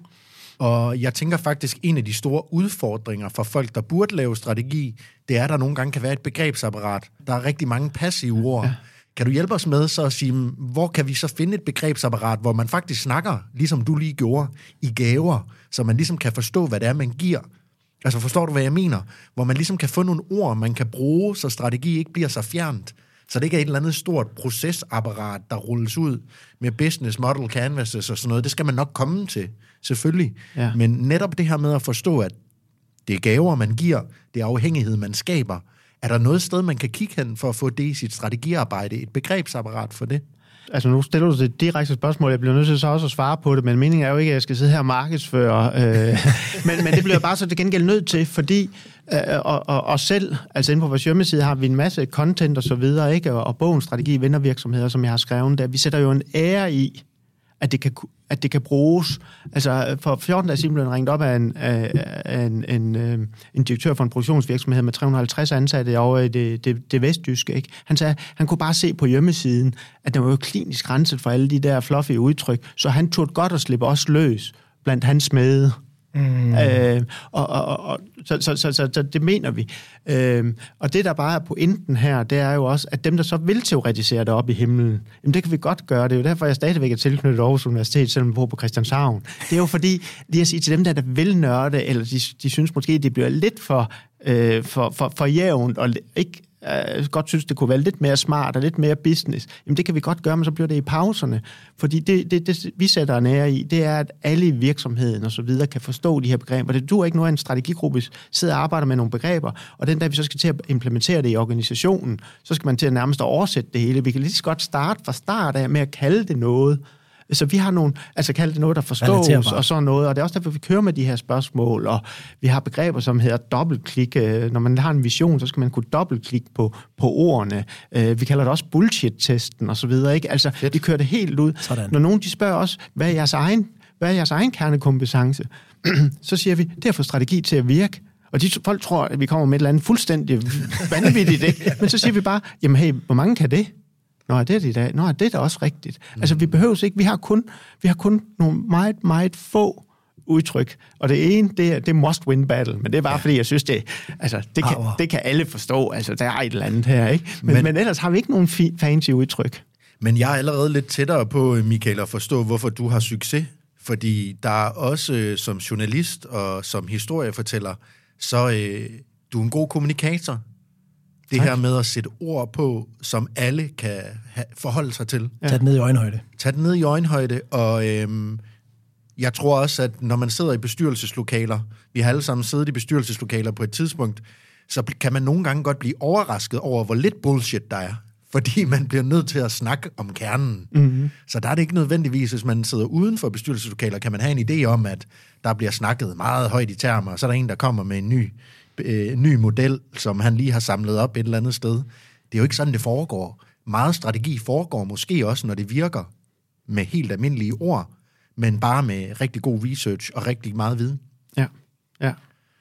S2: og jeg tænker faktisk, en af de store udfordringer for folk, der burde lave strategi, det er, at der nogle gange kan være et begrebsapparat. Der er rigtig mange passive ord. Ja. Kan du hjælpe os med så at sige, hvor kan vi så finde et begrebsapparat, hvor man faktisk snakker, ligesom du lige gjorde, i gaver, så man ligesom kan forstå, hvad det er, man giver? Altså forstår du, hvad jeg mener? Hvor man ligesom kan få nogle ord, man kan bruge, så strategi ikke bliver så fjernt. Så det ikke er et eller andet stort procesapparat, der rulles ud med business model canvases og sådan noget. Det skal man nok komme til, selvfølgelig. Ja. Men netop det her med at forstå, at det er gaver, man giver, det er afhængighed, man skaber. Er der noget sted, man kan kigge hen for at få det i sit strategiarbejde, et begrebsapparat for det?
S1: Altså nu stiller du det direkte spørgsmål, jeg bliver nødt til så også at svare på det, men meningen er jo ikke, at jeg skal sidde her og markedsføre. Øh, men, men det bliver jeg bare så til gengæld nødt til, fordi øh, og, og, og selv, altså inde på vores hjemmeside har vi en masse content og så videre, ikke? Og, og bogen Strategi i Vennervirksomheder, som jeg har skrevet der, vi sætter jo en ære i, at det kan, at det kan bruges. Altså, for fjorten dage siden blev han ringet op af en, af en, en, en direktør for en produktionsvirksomhed med tre hundrede og halvtreds ansatte over i det, det, det vestjyske. Ikke? Han sagde, han kunne bare se på hjemmesiden, at den var jo klinisk renset for alle de der fluffy udtryk, så han tog godt at slippe os løs blandt hans smede. Mm. Øh, og, og, og, så, så, så, så, så det mener vi. Øh, og det, der bare er pointen her, det er jo også, at dem, der så vil teoretisere det op i himlen, jamen det kan vi godt gøre. Det er jo derfor, jeg stadigvæk er tilknyttet Aarhus Universitet, selvom jeg bor på Christianshavn. Det er jo fordi, lige at sige til dem, der, der vil nørde, eller de, de synes måske, det bliver lidt for, øh, for, for, for jævnt, og ikke øh, godt synes, det kunne være lidt mere smart og lidt mere business. Jamen det kan vi godt gøre, men så bliver det i pauserne. Fordi det, det, det vi sætter en ære i, det er, at alle i virksomheden og så videre kan forstå de her begreber. Det duer ikke nu, at en strategigruppe sidder og arbejder med nogle begreber, og den dag vi så skal til at implementere det i organisationen, så skal man til at nærmest oversætte det hele. Vi kan lige så godt starte fra start af med at kalde det noget. Så vi har nogle, altså kalde det noget, der forstås og sådan noget, og det er også derfor, vi kører med de her spørgsmål, og vi har begreber, som hedder dobbeltklik. Når man har en vision, så skal man kunne dobbeltklikke på, på ordene. Vi kalder det også bullshit-testen og så videre, ikke? Altså, Fedt. Vi kører det helt ud. Sådan. Når nogen de spørger os, hvad er jeres egen, hvad er jeres egen kernekompetence? Så siger vi, det er at få strategi til at virke. Og de folk tror, at vi kommer med et eller andet fuldstændig vanvittigt, ikke? Men så siger vi bare, jamen hey, hvor mange kan det? Nå, er det i dag? Nå, er det da også rigtigt? Mm. Altså, vi behøver ikke, vi har kun, vi har kun nogle meget, meget få udtryk, og det ene, det er, det er must win battle, men det er bare, ja. fordi jeg synes, det, altså, det, kan, det kan alle forstå, altså, der er et eller andet her, ikke? Men, men, men ellers har vi ikke nogen fi, fancy udtryk.
S2: Men jeg er allerede lidt tættere på, Michael, at forstå, hvorfor du har succes, fordi der er også som journalist og som historiefortæller, så øh, du er en god kommunikator. Det tak. Her med at sætte ord på, som alle kan ha- forholde sig til.
S3: Ja. Tag det ned i øjenhøjde.
S2: Tag det ned i øjenhøjde, og øhm, jeg tror også, at når man sidder i bestyrelseslokaler, vi har alle sammen siddet i bestyrelseslokaler på et tidspunkt, så kan man nogle gange godt blive overrasket over, hvor lidt bullshit der er, fordi man bliver nødt til at snakke om kernen. Mm-hmm. Så der er det ikke nødvendigvis, hvis man sidder uden for bestyrelseslokaler, kan man have en idé om, at der bliver snakket meget højt i termer, og så er der en, der kommer med en ny øh, ny model, som han lige har samlet op et eller andet sted. Det er jo ikke sådan, det foregår. Meget strategi foregår måske også, når det virker med helt almindelige ord, men bare med rigtig god research og rigtig meget viden.
S1: Ja, ja.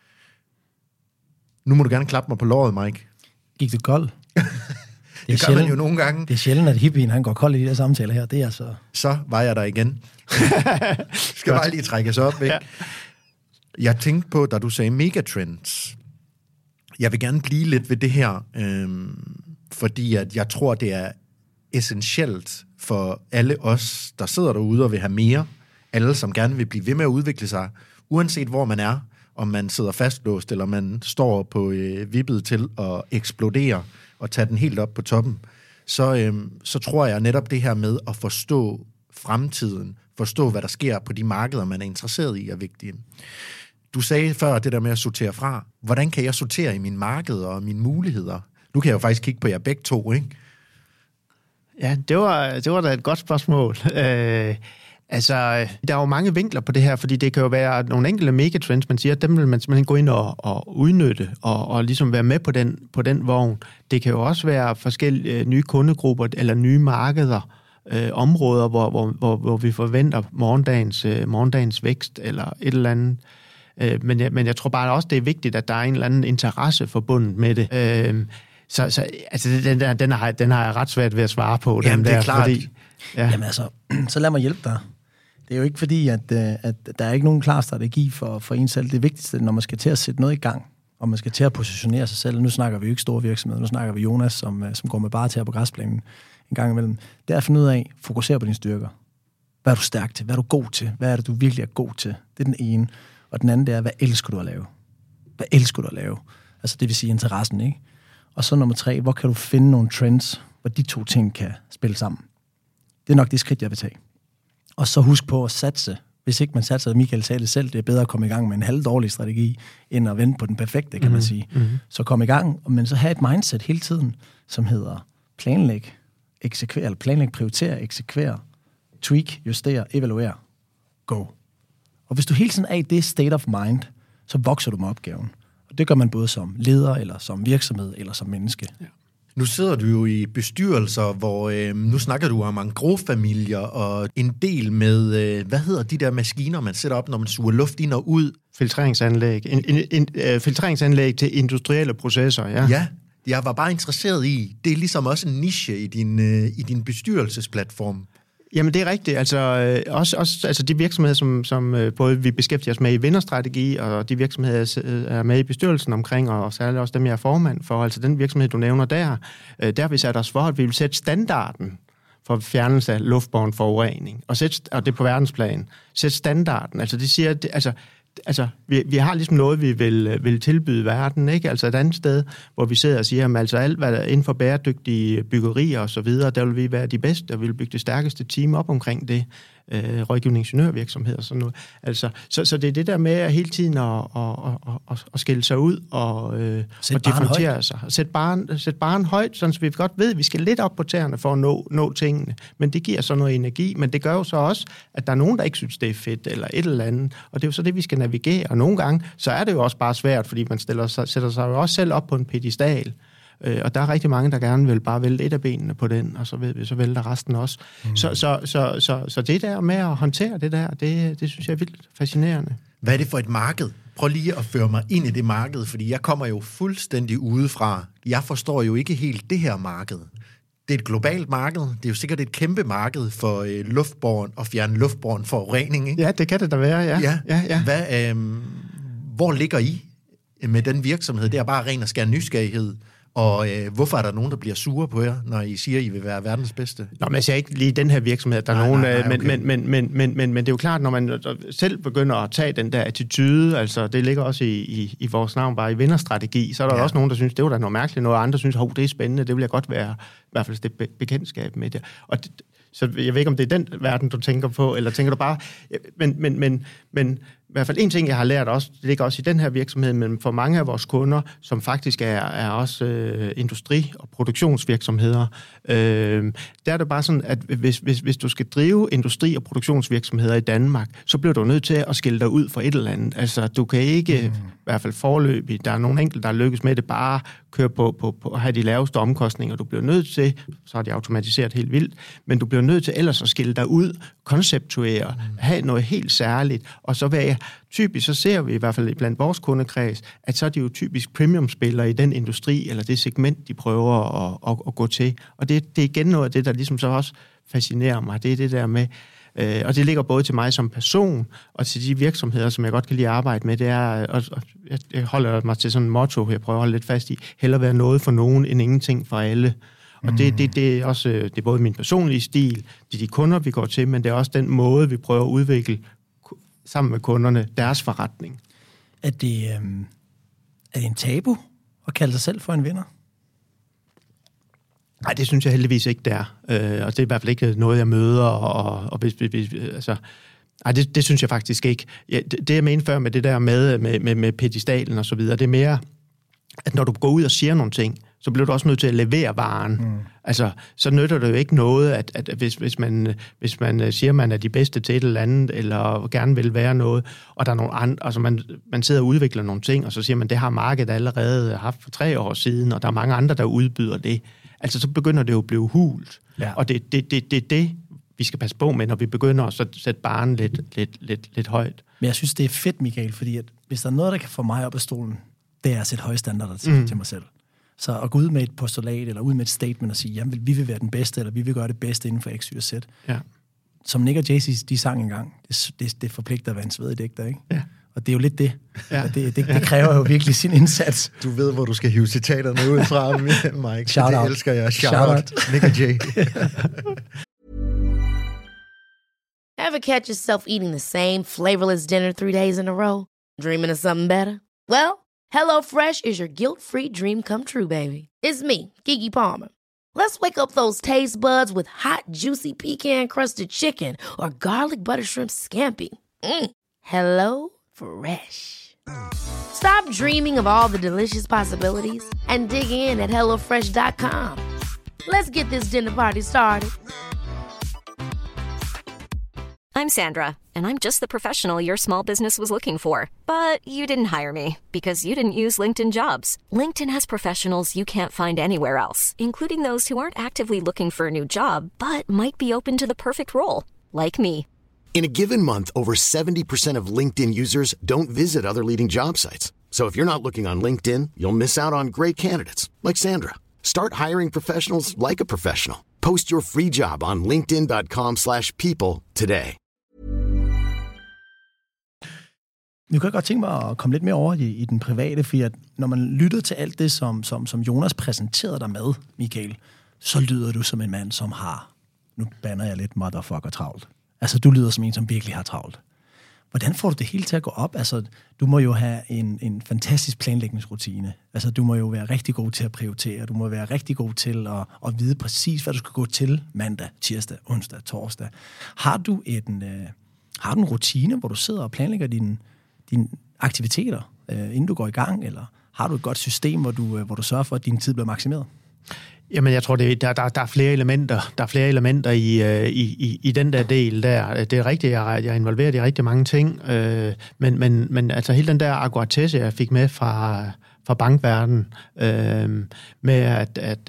S2: Nu må du gerne klappe mig på låret, Mike.
S3: Gik du kold? Det,
S2: det gør man jo nogle gange.
S3: Det er sjældent, at hippien han går kold i de der samtaler her. Det er så...
S2: Så var jeg der igen. Skal bare lige trækkes op, ikke? Ja. Jeg tænkte på, da du sagde megatrends. Jeg vil gerne blive lidt ved det her, øhm, fordi at jeg tror, det er essentielt for alle os, der sidder derude og vil have mere. Alle, som gerne vil blive ved med at udvikle sig, uanset hvor man er, om man sidder fastlåst, eller man står på øh, vippet til at eksplodere og tage den helt op på toppen, så, øhm, så tror jeg netop det her med at forstå fremtiden, forstå, hvad der sker på de markeder, man er interesseret i, er vigtigt. Du sagde før det der med at sortere fra. Hvordan kan jeg sortere i min marked og mine muligheder? Nu kan jeg jo faktisk kigge på jer begge to, ikke?
S1: Ja, det var, det var da et godt spørgsmål. Øh, Altså, der er jo mange vinkler på det her, fordi det kan jo være nogle enkelte megatrends, man siger, at dem vil man simpelthen gå ind og, og udnytte, og, og ligesom være med på den, på den vogn. Det kan jo også være forskellige øh, nye kundegrupper, eller nye markeder, øh, områder, hvor, hvor, hvor, hvor vi forventer morgendagens, øh, morgendagens vækst, eller et eller andet. Øh, men, jeg, men jeg tror bare også, det er vigtigt, at der er en eller anden interesse forbundet med det. Øh, så så altså, den, der, den, har, den har jeg ret svært ved at svare på.
S2: Jamen,
S1: den
S2: det er
S1: der,
S2: klart.
S1: Fordi, ja.
S3: Jamen altså, så lad mig hjælpe dig. Det er jo ikke fordi, at, at der er ikke nogen klar strategi for, for en selv. Det vigtigste, når man skal til at sætte noget i gang, og man skal til at positionere sig selv. Nu snakker vi jo ikke store virksomheder, nu snakker vi Jonas, som, som går med bare til på græsplænen en gang imellem. Det er at finde ud af, fokusere på dine styrker. Hvad er du stærk til? Hvad er du god til? Hvad er det, du virkelig er god til? Det er den ene. Og den anden, det er, hvad elsker du at lave? Hvad elsker du at lave? Altså det vil sige interessen, ikke? Og så nummer tre, hvor kan du finde nogle trends, hvor de to ting kan spille sammen? Det er nok det skridt, jeg vil tage. Og så husk på at satse. Hvis ikke man satser, Michael sagde det selv, det er bedre at komme i gang med en halvdårlig strategi, end at vente på den perfekte, kan man sige. Mm-hmm. Så kom i gang, men så have et mindset hele tiden, som hedder planlæg, eksekver, eller planlæg, prioritere, eksekver, tweak, justere, evaluere, go. Og hvis du hele tiden er i det state of mind, så vokser du med opgaven. Og det gør man både som leder, eller som virksomhed, eller som menneske. Ja.
S2: Nu sidder du jo i bestyrelser, hvor øh, nu snakker du om engrosfamilier og en del med, øh, hvad hedder de der maskiner, man sætter op, når man suger luft ind og ud?
S1: Filtreringsanlæg. En, en, en, uh, filtreringsanlæg til industrielle processer, ja.
S2: Ja, jeg var bare interesseret i, det er ligesom også en niche i din, øh, i din bestyrelsesplatform.
S1: Jamen, det er rigtigt. Altså, øh, også, også altså, de virksomheder, som, som øh, både vi beskæftiger os med i vinderstrategi, og de virksomheder, jeg er med i bestyrelsen omkring, og særligt også dem, jeg er formand for, altså den virksomhed, du nævner der, øh, der har vi sat os for, at vi vil sætte standarden for fjernelse af luftbåren forurening, og, sætte, og det på verdensplan. Sætte standarden. Altså, det siger, det, altså, Altså, vi, vi har ligesom noget, vi vil, vil tilbyde verden, ikke? Altså et andet sted, hvor vi sidder og siger, at altså alt, hvad der er inden for bæredygtige byggerier og så videre, der vil vi være de bedste, og vi vil bygge det stærkeste team op omkring det, øh, rådgivningsingeniørvirksomhed og sådan noget. Altså, så, så det er det der med at hele tiden at, at, at, at, at skille sig ud og, øh, og differentiere sig. Sætte barn, sæt barn højt, sådan, så vi godt ved, at vi skal lidt op på tæerne for at nå, nå tingene. Men det giver så noget energi, men det gør jo så også, at der er nogen, der ikke synes, det er fedt, eller et eller andet. Og det er jo så det, vi skal navigere. Og nogle gange, så er det jo også bare svært, fordi man stiller sig, sætter sig jo også selv op på en pedestal. Øh, og der er rigtig mange, der gerne vil bare vælte et af benene på den, og så ved vi, så vælter resten også. Mm. Så, så, så, så, så det der med at håndtere det der, det, det synes jeg er vildt fascinerende.
S2: Hvad er det for et marked? Prøv lige at føre mig ind i det marked, fordi jeg kommer jo fuldstændig udefra. Jeg forstår jo ikke helt det her marked. Det er et globalt marked. Det er jo sikkert et kæmpe marked for øh, luftbåren og fjerne luftbåren forurening, ikke?
S1: Ja, det kan det da være, ja.
S2: ja.
S1: ja, ja.
S2: Hvad, øh, hvor ligger I med den virksomhed? Det er bare ren og skær nysgerrighed. Og øh, hvorfor er der nogen, der bliver sure på jer, når I siger, at I vil være verdens bedste?
S1: Nå, men jeg siger ikke lige den her virksomhed, der er
S2: nej,
S1: nogen,
S2: nej, nej,
S1: okay. men, men, men, men, men, men det er jo klart, når man selv begynder at tage den der attitude, altså det ligger også i, i, i vores navn, bare i vinderstrategi, så er der ja. også nogen, der synes, det var da noget mærkeligt, noget andre synes, hov, det er spændende, det vil jeg godt være, i hvert fald det bekendtskab med det. Og det, så jeg ved ikke, om det er den verden, du tænker på, eller tænker du bare, men, men, men, men i hvert fald en ting, jeg har lært også, det ligger også i den her virksomhed, men for mange af vores kunder, som faktisk er, er også øh, industri- og produktionsvirksomheder, øh, der er det bare sådan, at hvis, hvis, hvis du skal drive industri- og produktionsvirksomheder i Danmark, så bliver du nødt til at skille dig ud for et eller andet. Altså, du kan ikke, mm. i hvert fald foreløbig, der er nogle enkelte, der lykkes med det, bare køre på, på, på at have de laveste omkostninger. Du bliver nødt til, så har de automatiseret helt vildt, men du bliver nødt til ellers at skille dig ud, konceptuere, mm. have noget helt særligt, og så være typisk, så ser vi i hvert fald blandt vores kundekreds, at så er de jo typisk premium-spillere i den industri, eller det segment, de prøver at, at, at gå til. Og det, det er igen noget af det, der ligesom så også fascinerer mig. Det er det der med, øh, og det ligger både til mig som person, og til de virksomheder, som jeg godt kan lide at arbejde med, det er, og, og jeg holder mig til sådan en motto, jeg prøver at holde lidt fast i, hellere være noget for nogen, end ingenting for alle. Og det, det, det er også, det er både min personlige stil, det er de kunder, vi går til, men det er også den måde, vi prøver at udvikle sammen med kunderne, deres forretning.
S3: Er det, øhm, er det en tabu at kalde sig selv for en vinder?
S1: Nej, det synes jeg heldigvis ikke, det er. Øh, og det er i hvert fald ikke noget, jeg møder. Og, og hvis, hvis, altså, nej, det, det synes jeg faktisk ikke. Ja, det, det, jeg mener før med det der med, med, med, med pedestalen og så videre, det er mere, at når du går ud og siger nogle ting, så bliver du også nødt til at levere varen. Mm. Altså, så nytter det jo ikke noget, at, at hvis, hvis, man, hvis man siger, at man er de bedste til et eller andet, eller gerne vil være noget, og der er nogle andre, altså man, man sidder og udvikler nogle ting, og så siger man, det har markedet allerede haft for tre år siden, og der er mange andre, der udbyder det. Altså, så begynder det jo at blive hult. Ja. Og det er det, det, det, det, vi skal passe på med, når vi begynder at sætte barren lidt, lidt, lidt, lidt højt.
S3: Men jeg synes, det er fedt, Michael, fordi at hvis der er noget, der kan få mig op af stolen, det er at sætte høje standarder til, mm. til mig selv. Så at gå ud med et postulat, eller ud med et statement og sige, jamen, vi vil være den bedste, eller vi vil gøre det bedste inden for X, Y og Z. Ja. Som Nick og Jay-Z, de sang engang, det, det, det forpligter at være en svedig digter, ikke? Ja. Og det er jo lidt det. Ja. Det, det. Det kræver jo virkelig sin indsats.
S2: Du ved, hvor du skal hive citaterne ud fra, Mike.
S3: Shout
S2: det
S3: out.
S2: elsker jeg. Shout, Shout out. out. Nick og Jay.
S7: Ever catch yourself eating the same flavorless dinner three days in a row? Dreaming of something better? Well, HelloFresh is your guilt-free dream come true, baby. It's me, Keke Palmer. Let's wake up those taste buds with hot, juicy pecan-crusted chicken or garlic butter shrimp scampi. Mm. Hello Fresh. Stop dreaming of all the delicious possibilities and dig in at hello fresh dot com. Let's get this dinner party started.
S8: I'm Sandra, and I'm just the professional your small business was looking for. But you didn't hire me because you didn't use LinkedIn Jobs. LinkedIn has professionals you can't find anywhere else, including those who aren't actively looking for a new job, but might be open to the perfect role, like me.
S9: In a given month, over seventy percent of LinkedIn users don't visit other leading job sites. So if you're not looking on LinkedIn, you'll miss out on great candidates like Sandra. Start hiring professionals like a professional. Post your free job on linkedin dot com slash people today.
S3: Nu kan jeg godt tænke mig at komme lidt mere over i, i den private, fordi at når man lytter til alt det, som, som, som Jonas præsenterede dig med, Michael, så lyder du som en mand, som har, nu banner jeg lidt, motherfucker travlt. Altså, du lyder som en, som virkelig har travlt. Hvordan får du det hele til at gå op? Altså, du må jo have en, en fantastisk planlægningsrutine. Altså, du må jo være rigtig god til at prioritere. Du må være rigtig god til at, at vide præcis, hvad du skal gå til mandag, tirsdag, onsdag, torsdag. Har du en, øh, har du en rutine, hvor du sidder og planlægger dine, dine aktiviteter, øh, inden du går i gang? Eller har du et godt system, hvor du, øh, hvor du sørger for, at din tid bliver maksimeret?
S1: Jamen, jeg tror, det, der, der, der er flere elementer, der er flere elementer i, i, i, i den der del der. Det er rigtigt, jeg, jeg er involveret i rigtig mange ting, øh, men, men, men altså hele den der akkuratesse, jeg fik med fra, fra bankverdenen, øh, med at, at,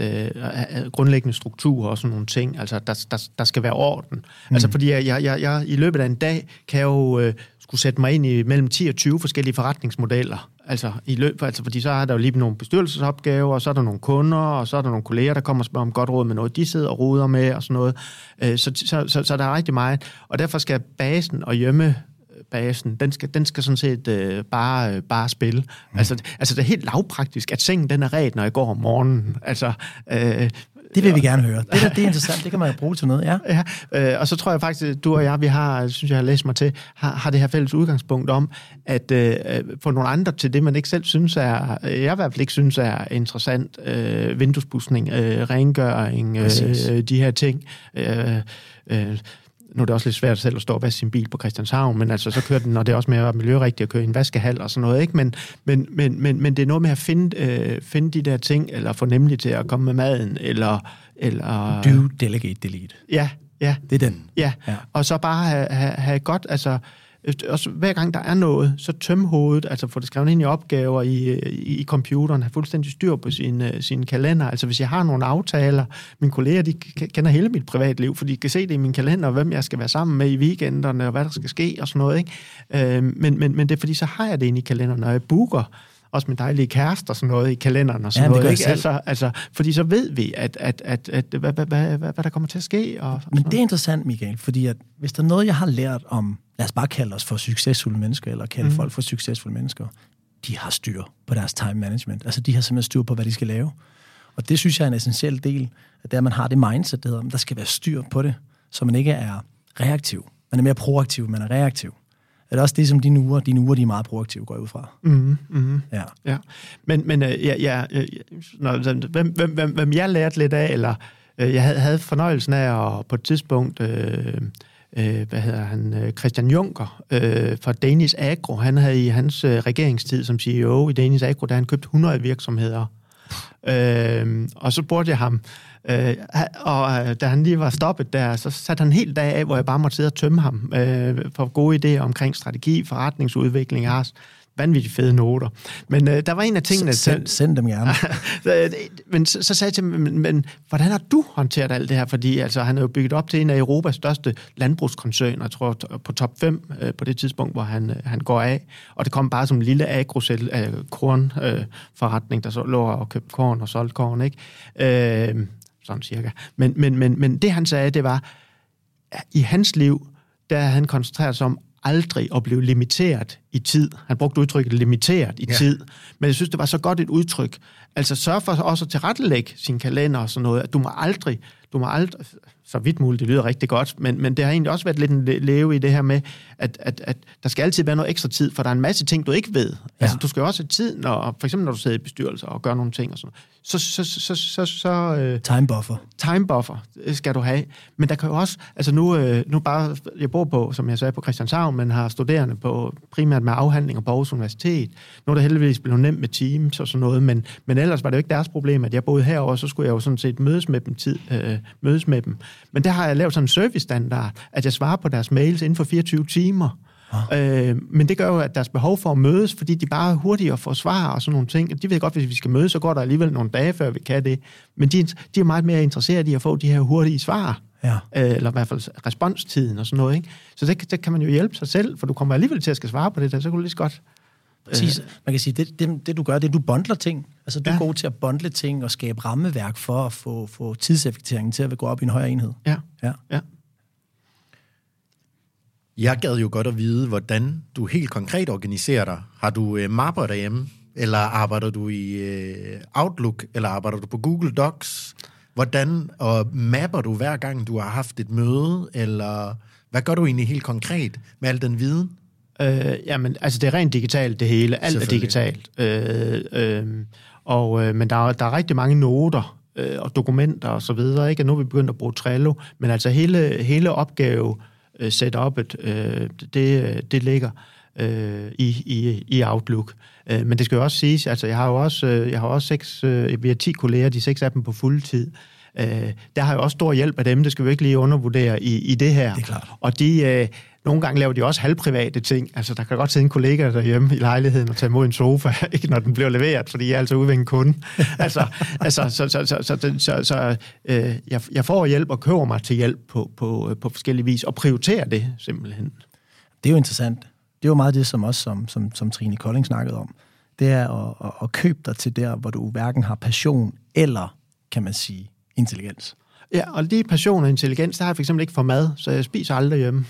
S1: at grundlæggende struktur og sådan nogle ting, altså der, der, der skal være orden. Mm. Altså fordi jeg, jeg, jeg, jeg i løbet af en dag kan jeg jo øh, skulle sætte mig ind i mellem ti og tyve forskellige forretningsmodeller. Altså, i løb, altså, fordi så er der jo lige nogle bestyrelsesopgaver, og så er der nogle kunder, og så er der nogle kolleger, der kommer og spørger om godt råd med noget, de sidder og roder med, og sådan noget. Så, så, så, så der er rigtig meget. Og derfor skal basen og hjemmebasen, den skal, den skal sådan set øh, bare, øh, bare spille. Mm. Altså, altså, det er helt lavpraktisk, at sengen den er ret, når jeg går om morgenen. Altså... Øh,
S3: Det vil vi gerne høre. Det, der, det er interessant, det kan man jo bruge til noget, ja.
S1: ja øh, og så tror jeg faktisk, at du og jeg, vi har, synes jeg har læst mig til, har, har det her fælles udgangspunkt om, at øh, få nogle andre til det, man ikke selv synes er, jeg i hvert fald ikke synes er interessant, øh, vinduespudsning, øh, rengøring, øh, de her ting. Øh, øh, nu er det også lidt svært selv at stå og vaske sin bil på Christianshavn, men altså så kører den, og det er også mere miljørigtigt at køre i en vaskehal og sådan noget, ikke? Men, men, men, men, men det er noget med at finde, øh, finde de der ting, eller få nemlig til at komme med maden, eller... eller
S3: Do, delegate, delete.
S1: Ja, ja.
S3: Det er den.
S1: Ja, ja. Og så bare have, have, have godt, altså... Også hver gang der er noget, så tøm hovedet, altså få det skrevet ind i opgaver i, i, i computeren, have fuldstændig styr på sine, sine kalender. Altså hvis jeg har nogle aftaler, mine kolleger, de kender hele mit privatliv, for de kan se det i min kalender, hvem jeg skal være sammen med i weekenderne, og hvad der skal ske og sådan noget, ikke? Øh, men, men, men det er fordi, så har jeg det inde i kalenderen, når jeg booker også min dejlige kæreste og sådan noget i kalenderen og sådan ja, noget, ikke? Altså, altså, fordi så ved vi, at, at, at, at hvad, hvad, hvad, hvad, hvad der kommer til at ske. Og, og
S3: Men det er interessant, Michael, fordi at, hvis der er noget, jeg har lært om, lad os bare kalde os for succesfulde mennesker, eller kalde mm. folk for succesfulde mennesker, de har styr på deres time management. Altså, de har simpelthen styr på, hvad de skal lave. Og det synes jeg er en essentiel del, at det, at man har det mindset, der hedder, der skal være styr på det, så man ikke er reaktiv. Man er mere proaktiv, man er reaktiv. Er det også det, som dine uger, dine uger, de er meget proaktive, går jeg ud fra?
S1: Mm, mm,
S3: ja.
S1: ja. Men, men ja, ja, ja, hvem, hvem, hvem, hvem jeg lærte lidt af, eller øh, jeg havde, havde fornøjelsen af at på et tidspunkt, øh, øh, hvad hedder han, Christian Juncker øh, fra Danish Agro, han havde i hans øh, regeringstid som C E O i Danish Agro, der han købt hundrede virksomheder. Øh, og så spurgte jeg ham, øh, og da han lige var stoppet der, så satte han en hel dag af, hvor jeg bare måtte sidde og tømme ham øh, for gode idéer omkring strategi, forretningsudvikling. Jeg har vanvittigt fede noter. Men øh, der var en af tingene...
S3: Send, send dem gerne.
S1: men så, så sagde jeg til ham, men, men hvordan har du håndteret alt det her? Fordi altså, han er jo bygget op til en af Europas største landbrugskoncerner, jeg tror på top fem øh, på det tidspunkt, hvor han, øh, han går af. Og det kom bare som en lille agrosel øh, kornforretning, øh, der så lå og købte korn og solgte korn, ikke? Øh, sådan cirka. Men, men, men, men det han sagde, det var, i hans liv, der han koncentreret sig om aldrig at blive limiteret i tid. Han brugte udtrykket limiteret i ja. tid, men jeg synes, det var så godt et udtryk. Altså sørg for også at tilrettelægge sin kalender og sådan noget, at du må aldrig, du må aldrig, så vidt muligt, det lyder rigtig godt, men, men det har egentlig også været lidt en leve i det her med, at, at, at der skal altid være noget ekstra tid, for der er en masse ting, du ikke ved. Ja. Altså du skal jo også have tid, når, for eksempel når du sidder i bestyrelser og gør nogle ting og sådan så så så så så øh,
S3: time buffer.
S1: Time buffer skal du have. Men der kan jo også, altså nu øh, nu bare jeg bor på, som jeg sagde, på Christianshavn, men har studerende på primært med afhandlinger på Aarhus Universitet. Nu er det heldigvis blevet nemt med Teams og sådan noget, men men ellers var det jo ikke deres problem, at jeg boede herovre, så skulle jeg jo sådan set mødes med dem tid øh, mødes med dem. Men der har jeg lavet sådan en service-standard, at jeg svarer på deres mails inden for fireogtyve timer. Ah. Øh, men det gør jo, at deres behov for at mødes, fordi de bare er hurtigere for svar og sådan nogle ting. De ved godt, hvis vi skal mødes, så går der alligevel nogle dage, før vi kan det. Men de, de er meget mere interesserede i at få de her hurtige svar. Ja. Øh, eller i hvert fald responstiden og sådan noget. Ikke? Så det, det kan man jo hjælpe sig selv, for du kommer alligevel til at skal svare på det der, så kan du lige så godt...
S3: Præcis. Man kan sige, det, det, det du gør, det er, du bundler ting. Altså, du ja. er god til at bundle ting og skabe rammeværk for at få, få tidseffekteringen til at gå op i en højere enhed.
S1: Ja, ja. ja.
S2: Jeg gad jo godt at vide, hvordan du helt konkret organiserer dig. Har du øh, mapper derhjemme, eller arbejder du i øh, Outlook, eller arbejder du på Google Docs? Hvordan og mapper du hver gang, du har haft et møde, eller hvad gør du egentlig helt konkret med al den viden?
S1: Øh, jamen, altså det er rent digitalt det hele. Alt er digitalt. Øh, øh, og, øh, men der er, der er rigtig mange noter øh, og dokumenter og så videre. Ikke? Og nu er vi begyndt at bruge Trello, men altså hele, hele opgave øh, setup'et, øh, det, det ligger øh, i, i, i Outlook. Øh, men det skal jo også siges, altså jeg har jo også, øh, jeg har også seks, øh, vi har ti kolleger, de seks af dem på fuld tid. Øh, der har jo også stor hjælp af dem, det skal vi ikke lige undervurdere i, i det her.
S3: Det er klart.
S1: Og de... Øh, Nogle gange laver de også halvprivate ting. Altså, der kan godt sidde en kollega derhjemme i lejligheden og tage imod en sofa, ikke når den bliver leveret, fordi jeg er altså ude ved en kunde. altså, altså, så, så, så, så, så, så øh, jeg, jeg får hjælp og køber mig til hjælp på, på, på forskellige vis, og prioriterer det simpelthen.
S3: Det er jo interessant. Det er jo meget det, som også som, som, som Trine Kolding snakkede om. Det er at, at, at købe dig til der, hvor du hverken har passion eller, kan man sige, intelligens.
S1: Ja, og lige passion og intelligens, der har jeg for eksempel ikke for mad, så jeg spiser aldrig hjemme.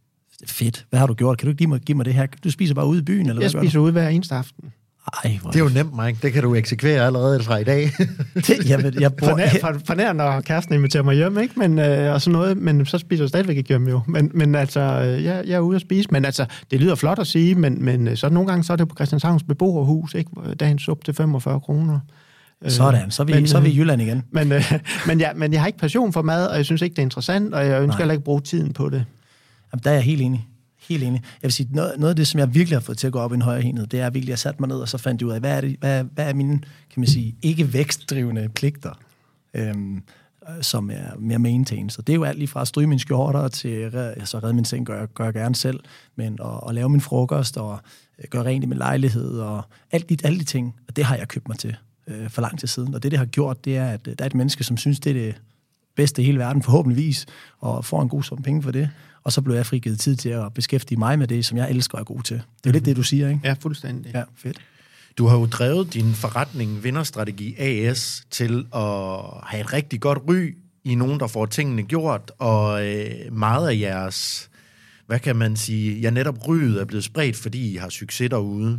S3: Fedt. Hvad har du gjort? Kan du ikke give mig, give mig det her? Du spiser bare ude i byen, eller
S1: jeg
S3: hvad
S1: spiser ude hver eneste aften.
S3: Ej,
S2: det er jo nemt, Mike. Det kan du eksekvere allerede fra i dag.
S3: det, jeg, jeg bor...
S1: For nær, når kæresten inviterer mig hjem, ikke? Men, øh, og sådan noget, men så spiser jeg stadigvæk ikke hjemme jo. Men, men altså, jeg, jeg er ude at spise. Men altså, det lyder flot at sige, men, men så nogle gange så er det på Christianshavns beboerhus, ikke? Dagens suppe til femogfyrre kroner.
S3: Sådan, så er vi, men, så er vi i Jylland igen.
S1: Men, øh, men, ja, men jeg har ikke passion for mad, og jeg synes ikke, det er interessant, og jeg ønsker heller ikke bruge tiden på det.
S3: Jamen, der er jeg helt enig. Helt enig. Jeg vil sige, noget, noget af det, som jeg virkelig har fået til at gå op i en højere enhed, det er virkelig, at jeg satte mig ned, og så fandt jeg ud af, hvad er, det, hvad, hvad er mine, kan man sige, ikke vækstdrivende pligter, øhm, som er mere maintain. Så det er jo alt lige fra at stryge mine skjorter til, altså redde min seng, gør jeg, gør jeg gerne selv, men at, at lave min frokost, og gøre rent i min lejlighed, og alt de, alle de ting, og det har jeg købt mig til øh, for lang tid siden. Og det, det har gjort, det er, at der er et menneske, som synes, det er det bedste i hele verden, forhåbentligvis, og får en god sum penge for det. Og så blev jeg frigivet tid til at beskæftige mig med det, som jeg elsker og er god til. Det er mm-hmm. lidt det, du siger, ikke?
S1: Ja, fuldstændig.
S3: Ja, fedt.
S2: Du har jo drevet din forretning Vinderstrategi A S til at have et rigtig godt ry i nogen, der får tingene gjort, og øh, meget af jeres, hvad kan man sige, ja, netop ryget er blevet spredt, fordi I har succes derude.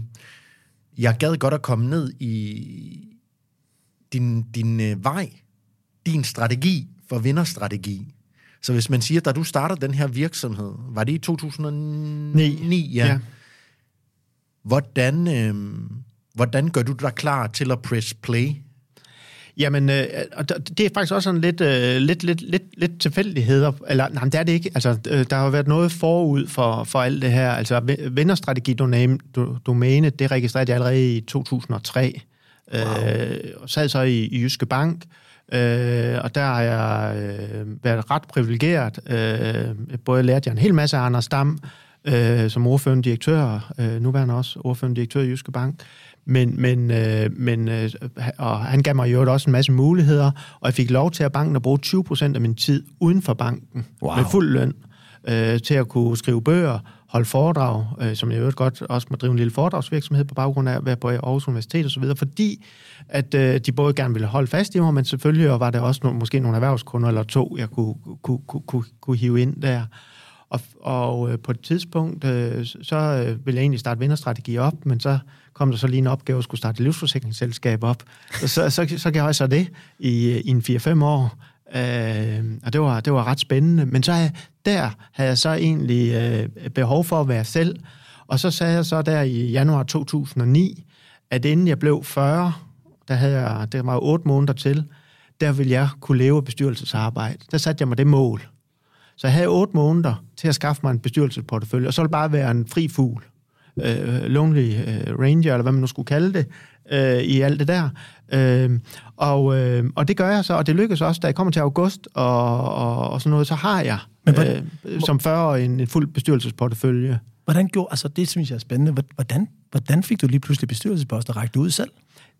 S2: Jeg gad godt at komme ned i din, din øh, vej, din strategi for Vinderstrategi. Så hvis man siger, da du starter den her virksomhed, var det i to tusind og ni? Ja. ja. Hvordan, øh, hvordan gør du dig klar til at press play?
S1: Jamen, øh, det er faktisk også sådan lidt, øh, lidt, lidt, lidt, lidt tilfældigheder. Eller, nej, det er det ikke. Altså, øh, der har været noget forud for, for alt det her. Altså, Vinderstrategi-domænet, det registrerede jeg allerede i to tusind og tre. Wow. Øh, og sad så i, i Jyske Bank, øh, og der har jeg øh, været ret privilegeret. Øh, både lærte jeg en hel masse af Anders Dam, øh, som ordførende direktør, øh, nuværende også ordførende direktør i Jyske Bank. Men, men, øh, men øh, og han gav mig jo også en masse muligheder, og jeg fik lov til at banken at bruge tyve procent af min tid uden for banken, wow. med fuld løn, øh, til at kunne skrive bøger, holde foredrag, øh, som jeg jo godt også må drive en lille foredragsvirksomhed på baggrund af at være på Aarhus Universitet og så videre, fordi at øh, de både gerne ville holde fast i mig, men selvfølgelig var der også no, måske nogle erhvervskunder eller to, jeg kunne, kunne, kunne, kunne, kunne hive ind der. Og, og øh, på et tidspunkt, øh, så øh, ville jeg egentlig starte vinderstrategi op, men så kom der så lige en opgave at skulle starte et livsforsikringsselskab op. Så, så, så, så gjorde jeg så det i, i en fire fem år, øh, og det var, det var ret spændende. Men så der havde jeg så egentlig øh, behov for at være selv, og så sagde jeg så der i januar to tusind og ni, at inden jeg blev fyrre, der havde jeg, det var otte måneder til, der ville jeg kunne leve af bestyrelsesarbejde. Der satte jeg mig det mål. Så jeg havde otte måneder til at skaffe mig en bestyrelsesportefølje, og så ville det bare være en fri fugl. Øh, lonely øh, ranger, eller hvad man nu skulle kalde det, øh, i alt det der. Øh, og, øh, og det gør jeg så, og det lykkes også, da jeg kommer til august, og, og, og sådan noget, så har jeg Men hvordan, øh, som fyrre en, en fuld bestyrelsesportefølje.
S3: Hvordan gjorde, altså det synes jeg er spændende, hvordan, hvordan fik du lige pludselig bestyrelsesposter rækket ud selv?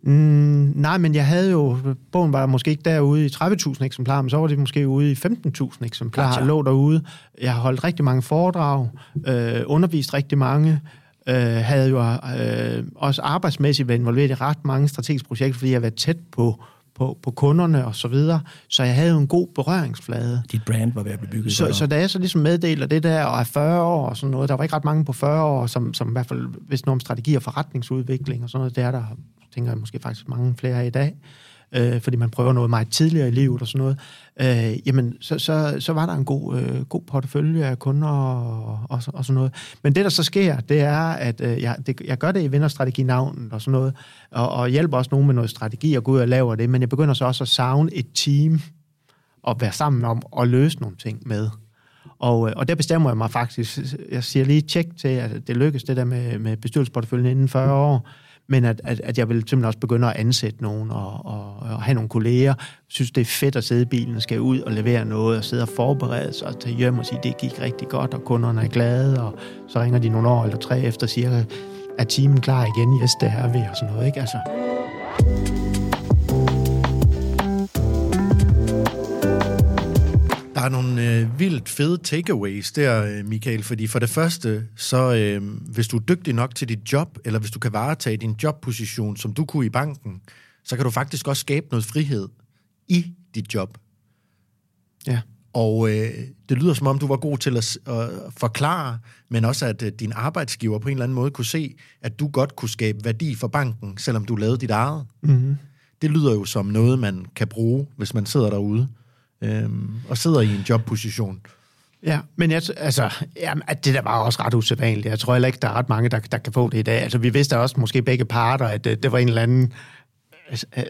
S1: Mm, nej, men jeg havde jo, bogen var måske ikke derude i tredive tusind eksemplarer, men så var det måske ude i femten tusind eksemplarer, jeg lå derude. Jeg har holdt rigtig mange foredrag, øh, undervist rigtig mange, øh, havde jo øh, også arbejdsmæssigt været involveret i ret mange strategiske projekter, fordi jeg har været tæt på, på, på kunderne og så videre, så jeg havde jo en god berøringsflade.
S3: Dit brand var ved at blive bygget.
S1: Så, så da jeg så ligesom meddeler det der, og er fyrre år og sådan noget, der var ikke ret mange på fyrre år, som, som i hvert fald vidste noget om strategi og forretningsudvikling og sådan noget, det er der, tænker jeg måske faktisk mange flere af i dag, øh, fordi man prøver noget meget tidligere i livet og sådan noget, øh, jamen, så, så, så var der en god, øh, god portefølje af kunder og, og, og sådan noget. Men det, der så sker, det er, at øh, jeg, det, jeg gør det i vinderstrategi-navnet og sådan noget, og, og hjælper også nogen med noget strategi og gå ud og lave det, men jeg begynder så også at savne et team og være sammen om at løse nogle ting med. Og, og der bestemmer jeg mig faktisk, jeg siger lige tjek til, at det lykkes det der med, med bestyrelsesporteføljen inden fyrre år, men at, at, at jeg vil simpelthen også begynde at ansætte nogen og, og, og have nogle kolleger. Synes, det er fedt at sidde i bilen og skal ud og levere noget og sidde og forberede sig og tage hjem og sige, det gik rigtig godt, og kunderne er glade, og så ringer de nogle år eller tre efter og siger, er teamen klar igen? Yes, det er vi, og sådan noget, ikke? Altså.
S2: Der er nogle øh, vildt fede takeaways der, Michael, fordi for det første, så øh, hvis du er dygtig nok til dit job, eller hvis du kan varetage din jobposition, som du kunne i banken, så kan du faktisk også skabe noget frihed i dit job.
S1: Ja.
S2: Og øh, det lyder som om, du var god til at, at forklare, men også at øh, din arbejdsgiver på en eller anden måde kunne se, at du godt kunne skabe værdi for banken, selvom du lavede dit eget.
S1: Mm-hmm.
S2: Det lyder jo som noget, man kan bruge, hvis man sidder derude. Øhm, og sidder i en jobposition.
S1: Ja, men jeg, altså, jamen, det der var også ret usædvanligt. Jeg tror heller ikke, der er ret mange, der, der kan få det i dag. Altså, vi vidste også måske begge parter, at det, det var en eller anden øh,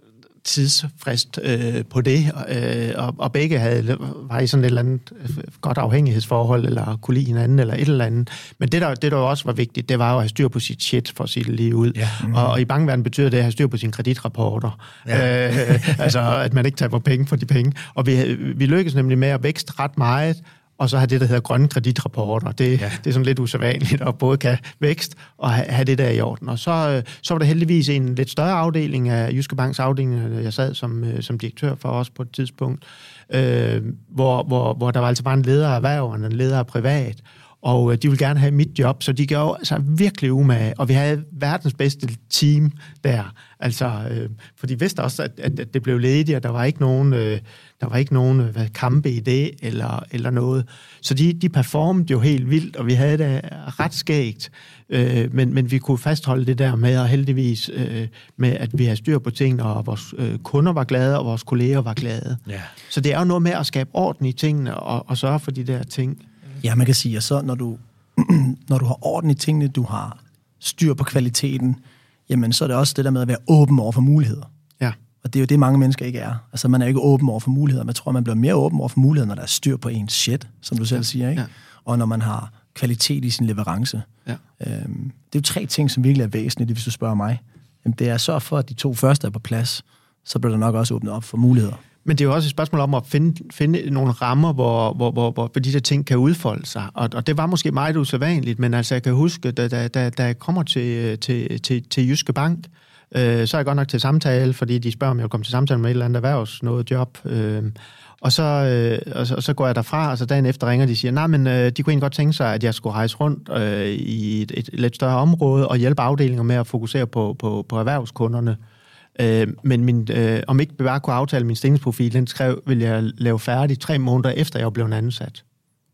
S1: tidsfrist øh, på det, øh, og, og begge havde, var i sådan et eller andet godt afhængighedsforhold, eller kunne lide hinanden, eller et eller andet. Men det der, det, der også var vigtigt, det var jo at have styr på sit shit, for at sige det lige ud. Ja. Mm-hmm. Og, og i bankverdenen betyder det at have styr på sine kreditrapporter. Ja. Øh, altså, at man ikke tager penge for de penge. Og vi, vi lykkedes nemlig med at vækste ret meget, og så have det, der hedder grønne kreditrapporter. Det, ja. det er sådan lidt usædvanligt, at både kan vækst og have det der i orden. Og så, så var der heldigvis en lidt større afdeling af Jyske Banks afdeling, jeg sad som, som direktør for os på et tidspunkt, øh, hvor, hvor, hvor der var altså bare en leder af erhverv og en leder af privat, og de ville gerne have mit job, så de gjorde altså virkelig umage, og vi havde verdens bedste team der, altså, øh, for de vidste også, at, at det blev ledigt, og der var ikke nogen, øh, der var ikke nogen hvad, kampe i det, eller, eller noget, så de, de performede jo helt vildt, og vi havde det ret skægt, øh, men, men vi kunne fastholde det der med, og heldigvis øh, med, at vi havde styr på tingene, og vores øh, kunder var glade, og vores kolleger var glade. Ja. Så det er jo noget med at skabe orden i tingene, og, og sørge for de der ting.
S3: Ja, man kan sige, at så når du, når du har orden i tingene, du har styr på kvaliteten, jamen så er det også det der med at være åben over for muligheder.
S1: Ja.
S3: Og det er jo det, mange mennesker ikke er. Altså man er ikke åben over for muligheder. Man tror, man bliver mere åben over for muligheder, når der er styr på ens shit, som du selv ja. siger, ikke? Ja. Og når man har kvalitet i sin leverance. Ja. Øhm, det er jo tre ting, som virkelig er væsentlige, hvis du spørger mig. jamen det er at sørge for, at de to første er på plads, så bliver der nok også åbnet op for muligheder.
S1: Men det er jo også et spørgsmål om at finde, finde nogle rammer, hvor, hvor, hvor, hvor de der ting kan udfolde sig. Og, og det var måske meget usædvanligt, men altså jeg kan huske, da, da, da, da jeg kommer til, til, til, til Jyske Bank, øh, så er jeg godt nok til samtale, fordi de spørger, om jeg vil komme til samtale med et eller andet erhvervs, noget job. Øh, og, så, øh, og, så, og så går jeg derfra, og så dagen efter ringer de og siger, nej, men øh, de kunne egentlig godt tænke sig, at jeg skulle rejse rundt øh, i et, et lidt større område og hjælpe afdelinger med at fokusere på, på, på erhvervskunderne. Øh, men min, øh, om ikke bare kunne aftale min stillingsprofil, den skrev, vil jeg lave færdig tre måneder efter, jeg blev ansat.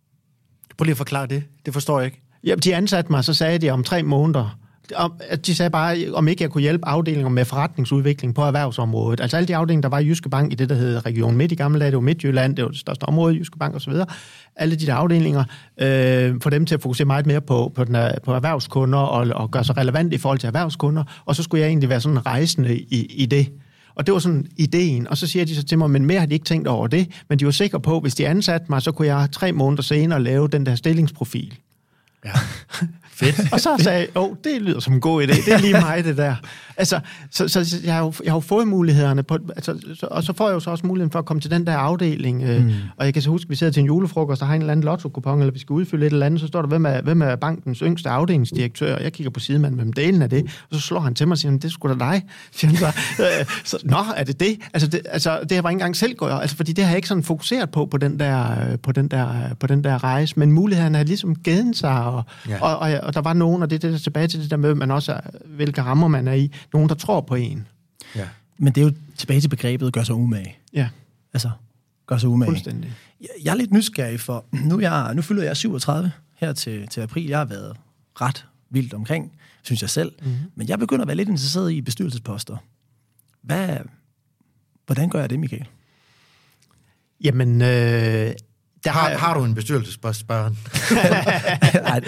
S2: Prøv lige at forklare det. Det forstår jeg ikke.
S1: Ja, de ansatte mig, så sagde de om tre måneder. De sagde bare, om ikke jeg kunne hjælpe afdelinger med forretningsudvikling på erhvervsområdet. Altså alle de afdelinger, der var i Jyske Bank i det, der hed Region Midt i gamle dage, det var Midtjylland, det var det største område i Jyske Bank osv. Alle de der afdelinger, øh, for dem til at fokusere meget mere på, på, den, på erhvervskunder og, og gøre sig relevant i forhold til erhvervskunder. Og så skulle jeg egentlig være sådan rejsende i, i det. Og det var sådan ideen. Og så siger de så til mig, men mere har de ikke tænkt over det. Men de var sikre på, hvis de ansatte mig, så kunne jeg tre måneder senere lave den der stillingsprofil.
S2: Ja, fedt.
S1: Og så sagde jeg, åh, det lyder som en god idé, det er lige mig, det der. Altså, så, så jeg, har jo, jeg har jo fået mulighederne, på, altså, så, og så får jeg jo så også muligheden for at komme til den der afdeling, øh, mm. og jeg kan så huske, at vi sidder til en julefrokost, og har en eller anden lotto-kupon, eller vi skal udfylde et eller andet, så står der, hvem er, hvem er bankens yngste afdelingsdirektør, og jeg kigger på sidemanden, hvem delen af det, og så slår han til mig og siger, det er sgu da dig, siger han så. Øh, så, nå, er det det? Altså, det, altså, det har jeg bare ikke engang selv gjort, altså, fordi det har jeg ikke sådan fokuseret på, på den der, på den der, på den der rejse, men mulighederne har ligesom givet sig, og Ja. Og, og, og der var nogen, og det er det der tilbage til det der med, man også er, hvilke rammer man er i, nogen, der tror på en.
S3: Ja. Men det er jo tilbage til begrebet, gør sig umage.
S1: Ja.
S3: Altså, gør sig umage.
S1: Fuldstændig.
S3: Jeg, jeg er lidt nysgerrig, for nu, jeg, nu fylder jeg syvogtredive her til, til april. Jeg har været ret vildt omkring, synes jeg selv. Mm-hmm. Men jeg begynder at være lidt interesseret i bestyrelsesposter. Hvad, hvordan gør jeg det, Michael?
S1: Jamen... Øh
S2: Der har, har du en bestyrelsespost, spørgen?
S3: Nej,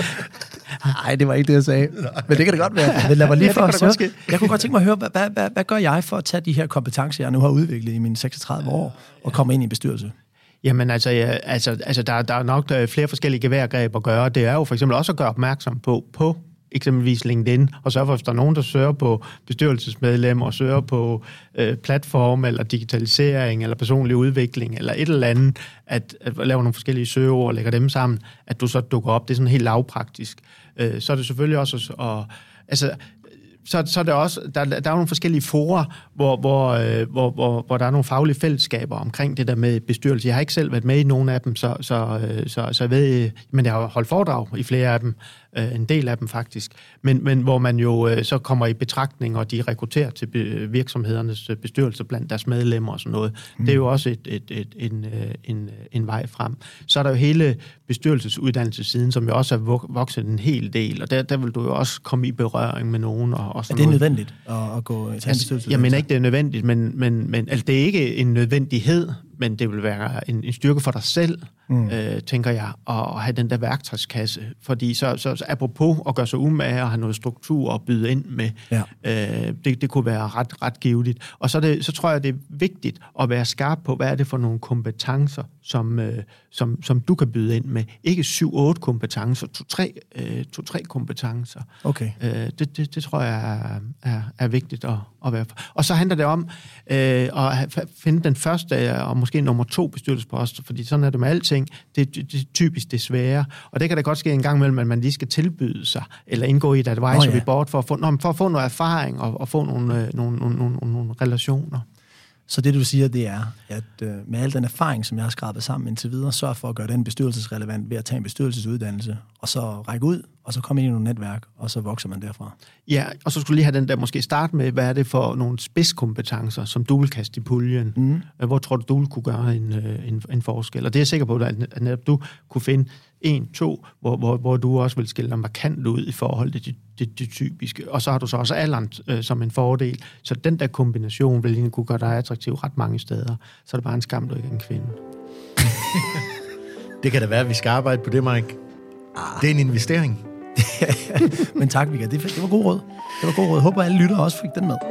S3: nej, det var ikke det, jeg sagde. Men det kan det godt være. Men lad mig lige ja, for at så. Jeg kunne godt tænke mig at høre, hvad, hvad, hvad, hvad gør jeg for at tage de her kompetencer, jeg nu har udviklet i mine seksogtredive år, og komme ind i en bestyrelse?
S1: Jamen altså, ja, altså, altså der, der er nok der er flere forskellige geværgreb at gøre. Det er jo for eksempel også at gøre opmærksom på, på eksempelvis LinkedIn, og sørge for, hvis der er nogen, der søger på bestyrelsesmedlemmer, og søger på øh, platform, eller digitalisering, eller personlig udvikling, eller et eller andet, at, at lave nogle forskellige søgeord og lægger dem sammen, at du så dukker op. Det er sådan helt lavpraktisk. Øh, så er det selvfølgelig også at... Altså, Så, så er det også, der, der er nogle forskellige forer, hvor, hvor, øh, hvor, hvor, hvor der er nogle faglige fællesskaber omkring det der med bestyrelse. Jeg har ikke selv været med i nogle af dem, så, så, så, så jeg ved, men jeg har holdt foredrag i flere af dem, øh, en del af dem faktisk, men, men hvor man jo øh, så kommer i betragtning, og de rekrutterer til be, virksomhedernes bestyrelse blandt deres medlemmer og sådan noget. Mm. Det er jo også et, et, et, en, en, en vej frem. Så er der jo hele bestyrelsesuddannelsessiden, som jo også er vokset en hel del, og der, der vil du jo også komme i berøring med nogen. Og, og
S3: er det noget. Nødvendigt at, at gå til en bestyrelse?
S1: Jeg mener ikke, det er nødvendigt, men, men, men altså, det er ikke en nødvendighed, men det vil være en, en styrke for dig selv, mm. øh, tænker jeg, at have den der værktøjskasse. Fordi så, så, så apropos at gøre sig umage og have noget struktur at byde ind med, ja. øh, det, det kunne være ret, ret givetigt. Og så, det, så tror jeg, det er vigtigt at være skarp på, hvad er det for nogle kompetencer, som, øh, som, som du kan byde ind med. Ikke syv otte kompetencer, to-tre øh, to, tre kompetencer.
S3: Okay.
S1: Øh, det, det, det tror jeg er, er, er vigtigt at, at være for. Og så handler det om øh, at finde den første og måske nummer to bestyrelsesposter, fordi sådan er det med alting. Det, det, det er typisk det svære. Og det kan da godt ske en gang imellem, at man lige skal tilbyde sig, eller indgå i et advisory oh, ja. board, for at, få, for at få noget erfaring og, og få nogle, nogle, nogle, nogle, nogle relationer.
S3: Så det, du siger, det er, at øh, med al den erfaring, som jeg har skrabet sammen indtil videre, sørg for at gøre den bestyrelsesrelevant ved at tage en bestyrelsesuddannelse, og så række ud, og så komme ind i nogle netværk, og så vokser man derfra.
S1: Ja, og så skulle lige have den der måske starte med, hvad er det for nogle spidskompetencer, som du vil kaste i puljen? Mm. Hvor tror du, du vil kunne gøre en, en, en forskel? Og det er jeg sikker på, at netop du kunne finde en, to, hvor, hvor, hvor du også vil skille dig markant ud i forhold til det, det, det typiske. Og så har du så også alderen øh, som en fordel. Så den der kombination vil egentlig kunne gøre dig attraktiv ret mange steder. Så er det bare en skam, du ikke er en kvinde.
S2: Det kan da være, at vi skal arbejde på det, Mike. Ah. Det er en investering.
S3: Men tak, Mika. Det, det var god råd. Det var god råd. Jeg håber, alle lyttere også fik den med.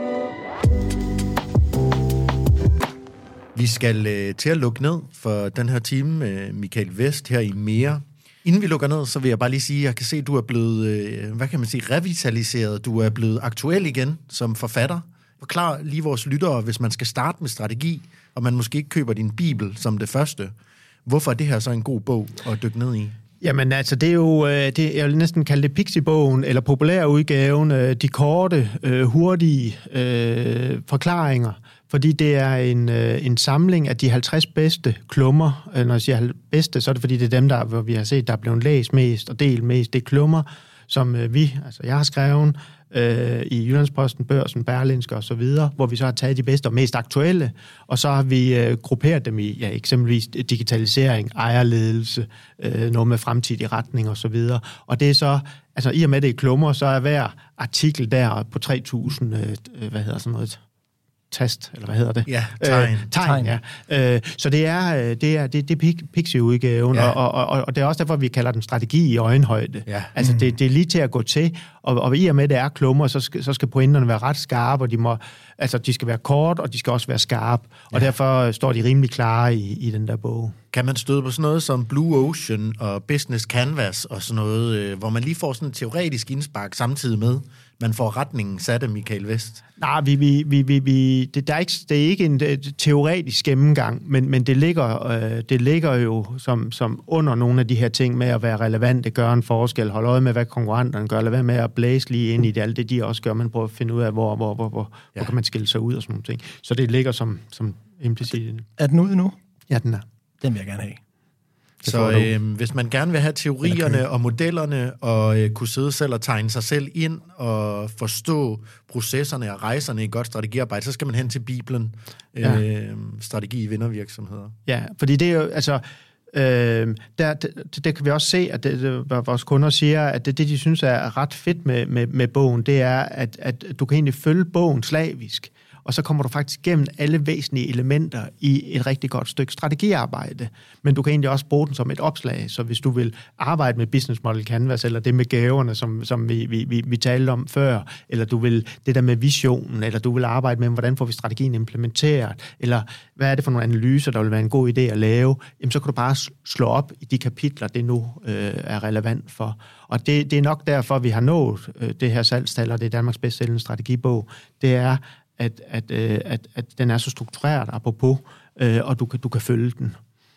S2: Vi skal øh, til at lukke ned for den her time med Michael Vest her i Mere. Inden vi lukker ned, så vil jeg bare lige sige, at jeg kan se, at du er blevet, øh, hvad kan man sige, revitaliseret. Du er blevet aktuel igen som forfatter. Forklar lige vores lyttere, hvis man skal starte med strategi, og man måske ikke køber din bibel som det første. Hvorfor er det her så en god bog at dykke ned i?
S1: Jamen altså, det er jo, det, jeg vil næsten kalde det Pixie-bogen, eller populærudgaven, de korte, hurtige øh, forklaringer, fordi det er en, en samling af de halvtreds bedste klummer. Når jeg siger bedste, så er det fordi, det er dem, der, hvor vi har set, der er blevet læst mest og delt mest. Det er klummer, som vi, altså jeg har skrevet øh, i Jyllandsposten, Børsen, Berlingske og så videre, hvor vi så har taget de bedste og mest aktuelle, og så har vi øh, grupperet dem i ja, eksempelvis digitalisering, ejerledelse, øh, noget med fremtidig retning og så videre. Og det er så, altså i og med det i klummer, så er hver artikel der på tre tusind, øh, hvad hedder sådan noget, tast, eller hvad hedder det?
S2: Ja, tegn.
S1: Øh, tegn, ja. Øh, så det er, det er, det, det er Pixie-udgaven, ja. og, og, og, og det er også derfor, vi kalder den strategi i øjenhøjde. Ja. Altså, mm. det, det er lige til at gå til, og, og i og med, det er klummer, så skal, så skal pointerne være ret skarpe, og de, må, altså, de skal være kort, og de skal også være skarpe, og ja. Derfor står de rimelig klare i, i den der bog.
S2: Kan man støde på sådan noget som Blue Ocean og Business Canvas og sådan noget, øh, hvor man lige får sådan en teoretisk indspark samtidig med, man får retningen sat af Michael Vest?
S1: Nej, vi, vi, vi, vi, vi, det, der er ikke, det er ikke en teoretisk gennemgang, men, men det, ligger, øh, det ligger jo som, som under nogle af de her ting med at være relevante, gøre en forskel, holde øje med, hvad konkurrenterne gør, lade være med at blæse lige ind i det, alt det, de også gør, man prøver at finde ud af, hvor, hvor, hvor, hvor, ja. hvor kan man skille sig ud og sådan nogle ting. Så det ligger som, som implicit.
S3: Er den ude nu?
S1: Ja, den er.
S3: Den vil jeg gerne have.
S2: Så øh, hvis man gerne vil have teorierne og modellerne, og øh, kunne sidde selv og tegne sig selv ind, og forstå processerne og rejserne i godt strategiarbejde, så skal man hen til Bibelen, øh, ja. Strategi i vindervirksomheder.
S1: Ja, fordi det er jo, altså, øh, der, det, det kan vi også se, at det, det, vores kunder siger, at det, det, de synes er ret fedt med, med, med bogen, det er, at, at du kan egentlig følge bogen slavisk, og så kommer du faktisk gennem alle væsentlige elementer i et rigtig godt stykke strategiarbejde. Men du kan egentlig også bruge den som et opslag, så hvis du vil arbejde med Business Model Canvas, eller det med gaverne, som, som vi, vi, vi talte om før, eller du vil det der med visionen, eller du vil arbejde med, hvordan får vi strategien implementeret, eller hvad er det for nogle analyser, der vil være en god idé at lave, jamen så kan du bare slå op i de kapitler, det nu øh, er relevant for. Og det, det er nok derfor, vi har nået øh, det her salgstal, og det er Danmarks bedst sælgende strategibog, det er At, at, at, at den er så struktureret, apropos, øh, og du kan, du kan følge den.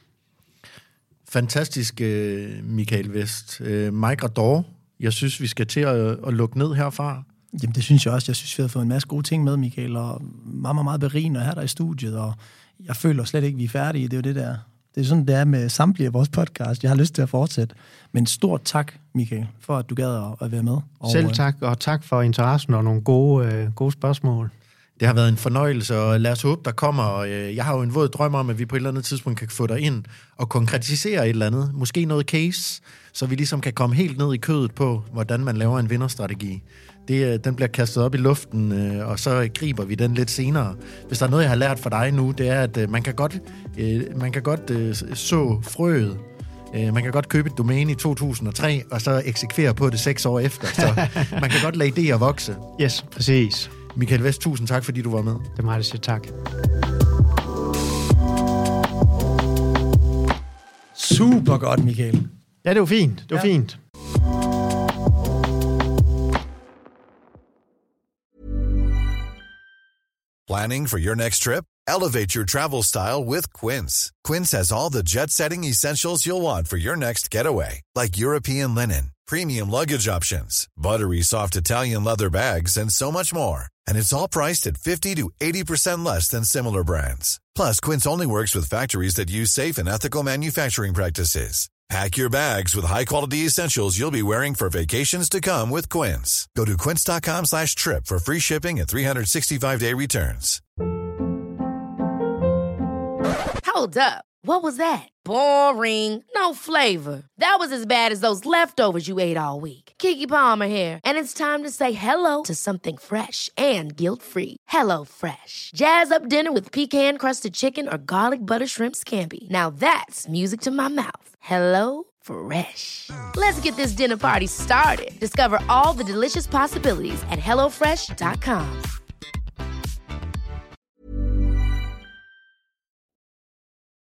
S2: Fantastisk, Michael Vest. Mike Rador, jeg synes, vi skal til at, at lukke ned herfra.
S3: Jamen, det synes jeg også. Jeg synes, vi har fået en masse gode ting med, Michael, og meget, meget, meget berigende at have dig i studiet, og jeg føler slet ikke, vi er færdige. Det er jo det der. Det er sådan, det er med samtlige af vores podcast. Jeg har lyst til at fortsætte. Men stort tak, Michael, for at du gad at være med.
S1: Og, Selv tak, og tak for interessen og nogle gode, øh, gode spørgsmål.
S2: Det har været en fornøjelse, og lad os håbe, der kommer. Jeg har jo en våd drøm om, at vi på et eller andet tidspunkt kan få dig ind og konkretisere et eller andet. Måske noget case, så vi ligesom kan komme helt ned i kødet på, hvordan man laver en vinderstrategi. Det, den bliver kastet op i luften, og så griber vi den lidt senere. Hvis der er noget, jeg har lært for dig nu, det er, at man kan godt, man kan godt så frøet. Man kan godt købe et domæne i to tusind og tre, og så eksekvere på det seks år efter. Så man kan godt lade idéer vokse.
S1: Yes, præcis.
S2: Michael Vest, tusind tak, fordi du var med.
S1: Det er mig, der siger tak.
S3: Super godt, Michael.
S1: Ja, det var fint. Det var ja. fint.
S10: Planning for your next trip? Elevate your travel style with Quince. Quince has all the jet-setting essentials you'll want for your next getaway, like European linen, premium luggage options, buttery soft Italian leather bags, and so much more. And it's all priced at fifty to eighty percent less than similar brands. Plus, Quince only works with factories that use safe and ethical manufacturing practices. Pack your bags with high-quality essentials you'll be wearing for vacations to come with Quince. Go to quince.com slash trip for free shipping and three sixty-five day returns.
S7: Hold up. What was that? Boring. No flavor. That was as bad as those leftovers you ate all week. Keke Palmer here, and it's time to say hello to something fresh and guilt-free. Hello Fresh. Jazz up dinner with pecan-crusted chicken or garlic butter shrimp scampi. Now that's music to my mouth. Hello Fresh. Let's get this dinner party started. Discover all the delicious possibilities at hello fresh dot com.